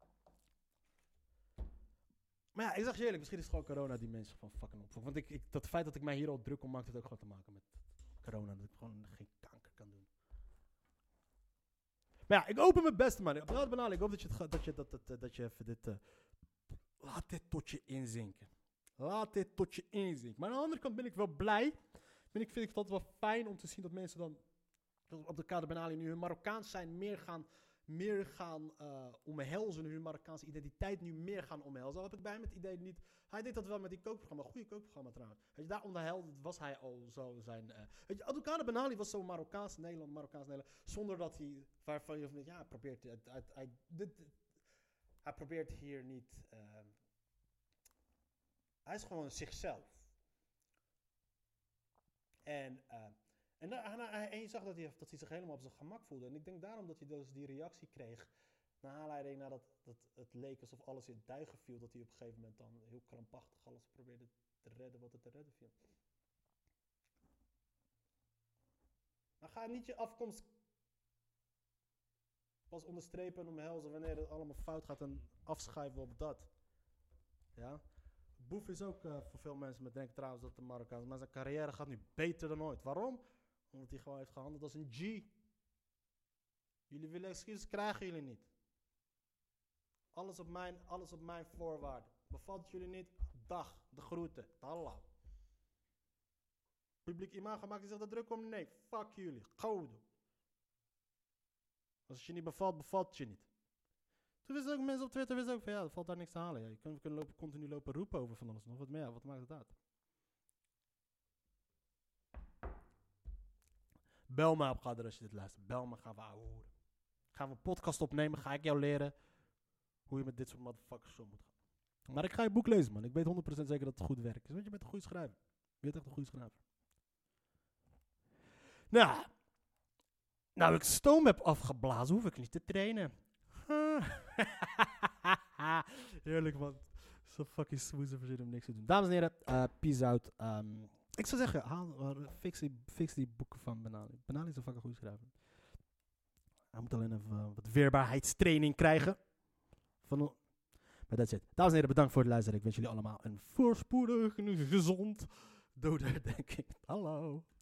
Maar ja, ik zeg je eerlijk, misschien is het gewoon corona die mensen van fucking opvolgt. Want ik, ik, dat feit dat ik mij hier al druk om maak, heeft ook gewoon te maken met corona. Dat ik gewoon geen kanker kan doen. Maar ja, ik open mijn beste, man. Abdelkader Benali, ik hoop dat je, het, dat, je, dat, dat, dat je even dit... Uh, laat dit tot je inzinken. Laat dit tot je inzinken. Maar aan de andere kant ben ik wel blij. Ben ik, vind ik het altijd wel fijn om te zien dat mensen dan... op Abdelkader Benali nu hun Marokkaans zijn meer gaan... meer gaan uh, omhelzen, hun Marokkaanse identiteit nu meer gaan omhelzen. Al heb ik bij hem het idee niet... Hij deed dat wel met die kookprogramma, goede kookprogramma trouwens. Weet je, daar onderhelde was hij al zo zijn... Uh, weet je, Abdelkader Benali was zo Marokkaans Nederland, Marokkaans Nederland, zonder dat hij... waarvan je van, ja, hij probeert... Hij, hij, hij, dit, hij probeert hier niet... Uh, hij is gewoon zichzelf. En... Uh, En, en, en je zag dat hij, dat hij zich helemaal op zijn gemak voelde. En ik denk daarom dat hij dus die reactie kreeg. Naar aanleiding nadat dat het leek alsof alles in duigen viel. Dat hij op een gegeven moment dan heel krampachtig alles probeerde te redden wat het te redden viel. Maar ga niet je afkomst pas onderstrepen en omhelzen wanneer het allemaal fout gaat. En afschuiven op dat. Ja. Boef is ook uh, voor veel mensen met denken trouwens dat de Marokkaans. Maar zijn carrière gaat nu beter dan ooit. Waarom? Omdat hij gewoon heeft gehandeld als een G. Jullie willen excuses, krijgen jullie niet. Alles op mijn, alles op mijn voorwaarden. Bevalt het jullie niet? Dag, de groeten, hallo. Publiek imago, maakt hij zich er druk om? Nee, fuck jullie, gouden. Als het je niet bevalt, bevalt het je niet. Toen wisten ook mensen op Twitter wisten ook van ja, er valt daar niks te halen. Ja, je kunt, we kunnen lopen, continu lopen roepen over van alles nog. Wat, maar ja, wat maakt het uit? Bel me op, Gader, als je dit luistert. Bel me, gaan we ouwe horen. Gaan we een podcast opnemen, ga ik jou leren hoe je met dit soort motherfuckers zo moet gaan. Maar ik ga je boek lezen, man. Ik weet honderd procent zeker dat het goed werkt. Want je bent een goede schrijver. Je bent echt een goede schrijver. Nou, nou ik stoom heb afgeblazen, hoef ik niet te trainen. Heerlijk, man. Zo fucking smooth verzin om niks te doen. Dames en heren, uh, peace out. Um, ik zou zeggen, haal, uh, fix, die, fix die boeken van Benali. Benali is een fucking goede schrijver. Hij moet alleen even uh, wat weerbaarheidstraining krijgen. Van, maar that's it. Dames en heren, bedankt voor het luisteren. Ik wens jullie allemaal een voorspoedig en gezond doodherdenking. Hallo.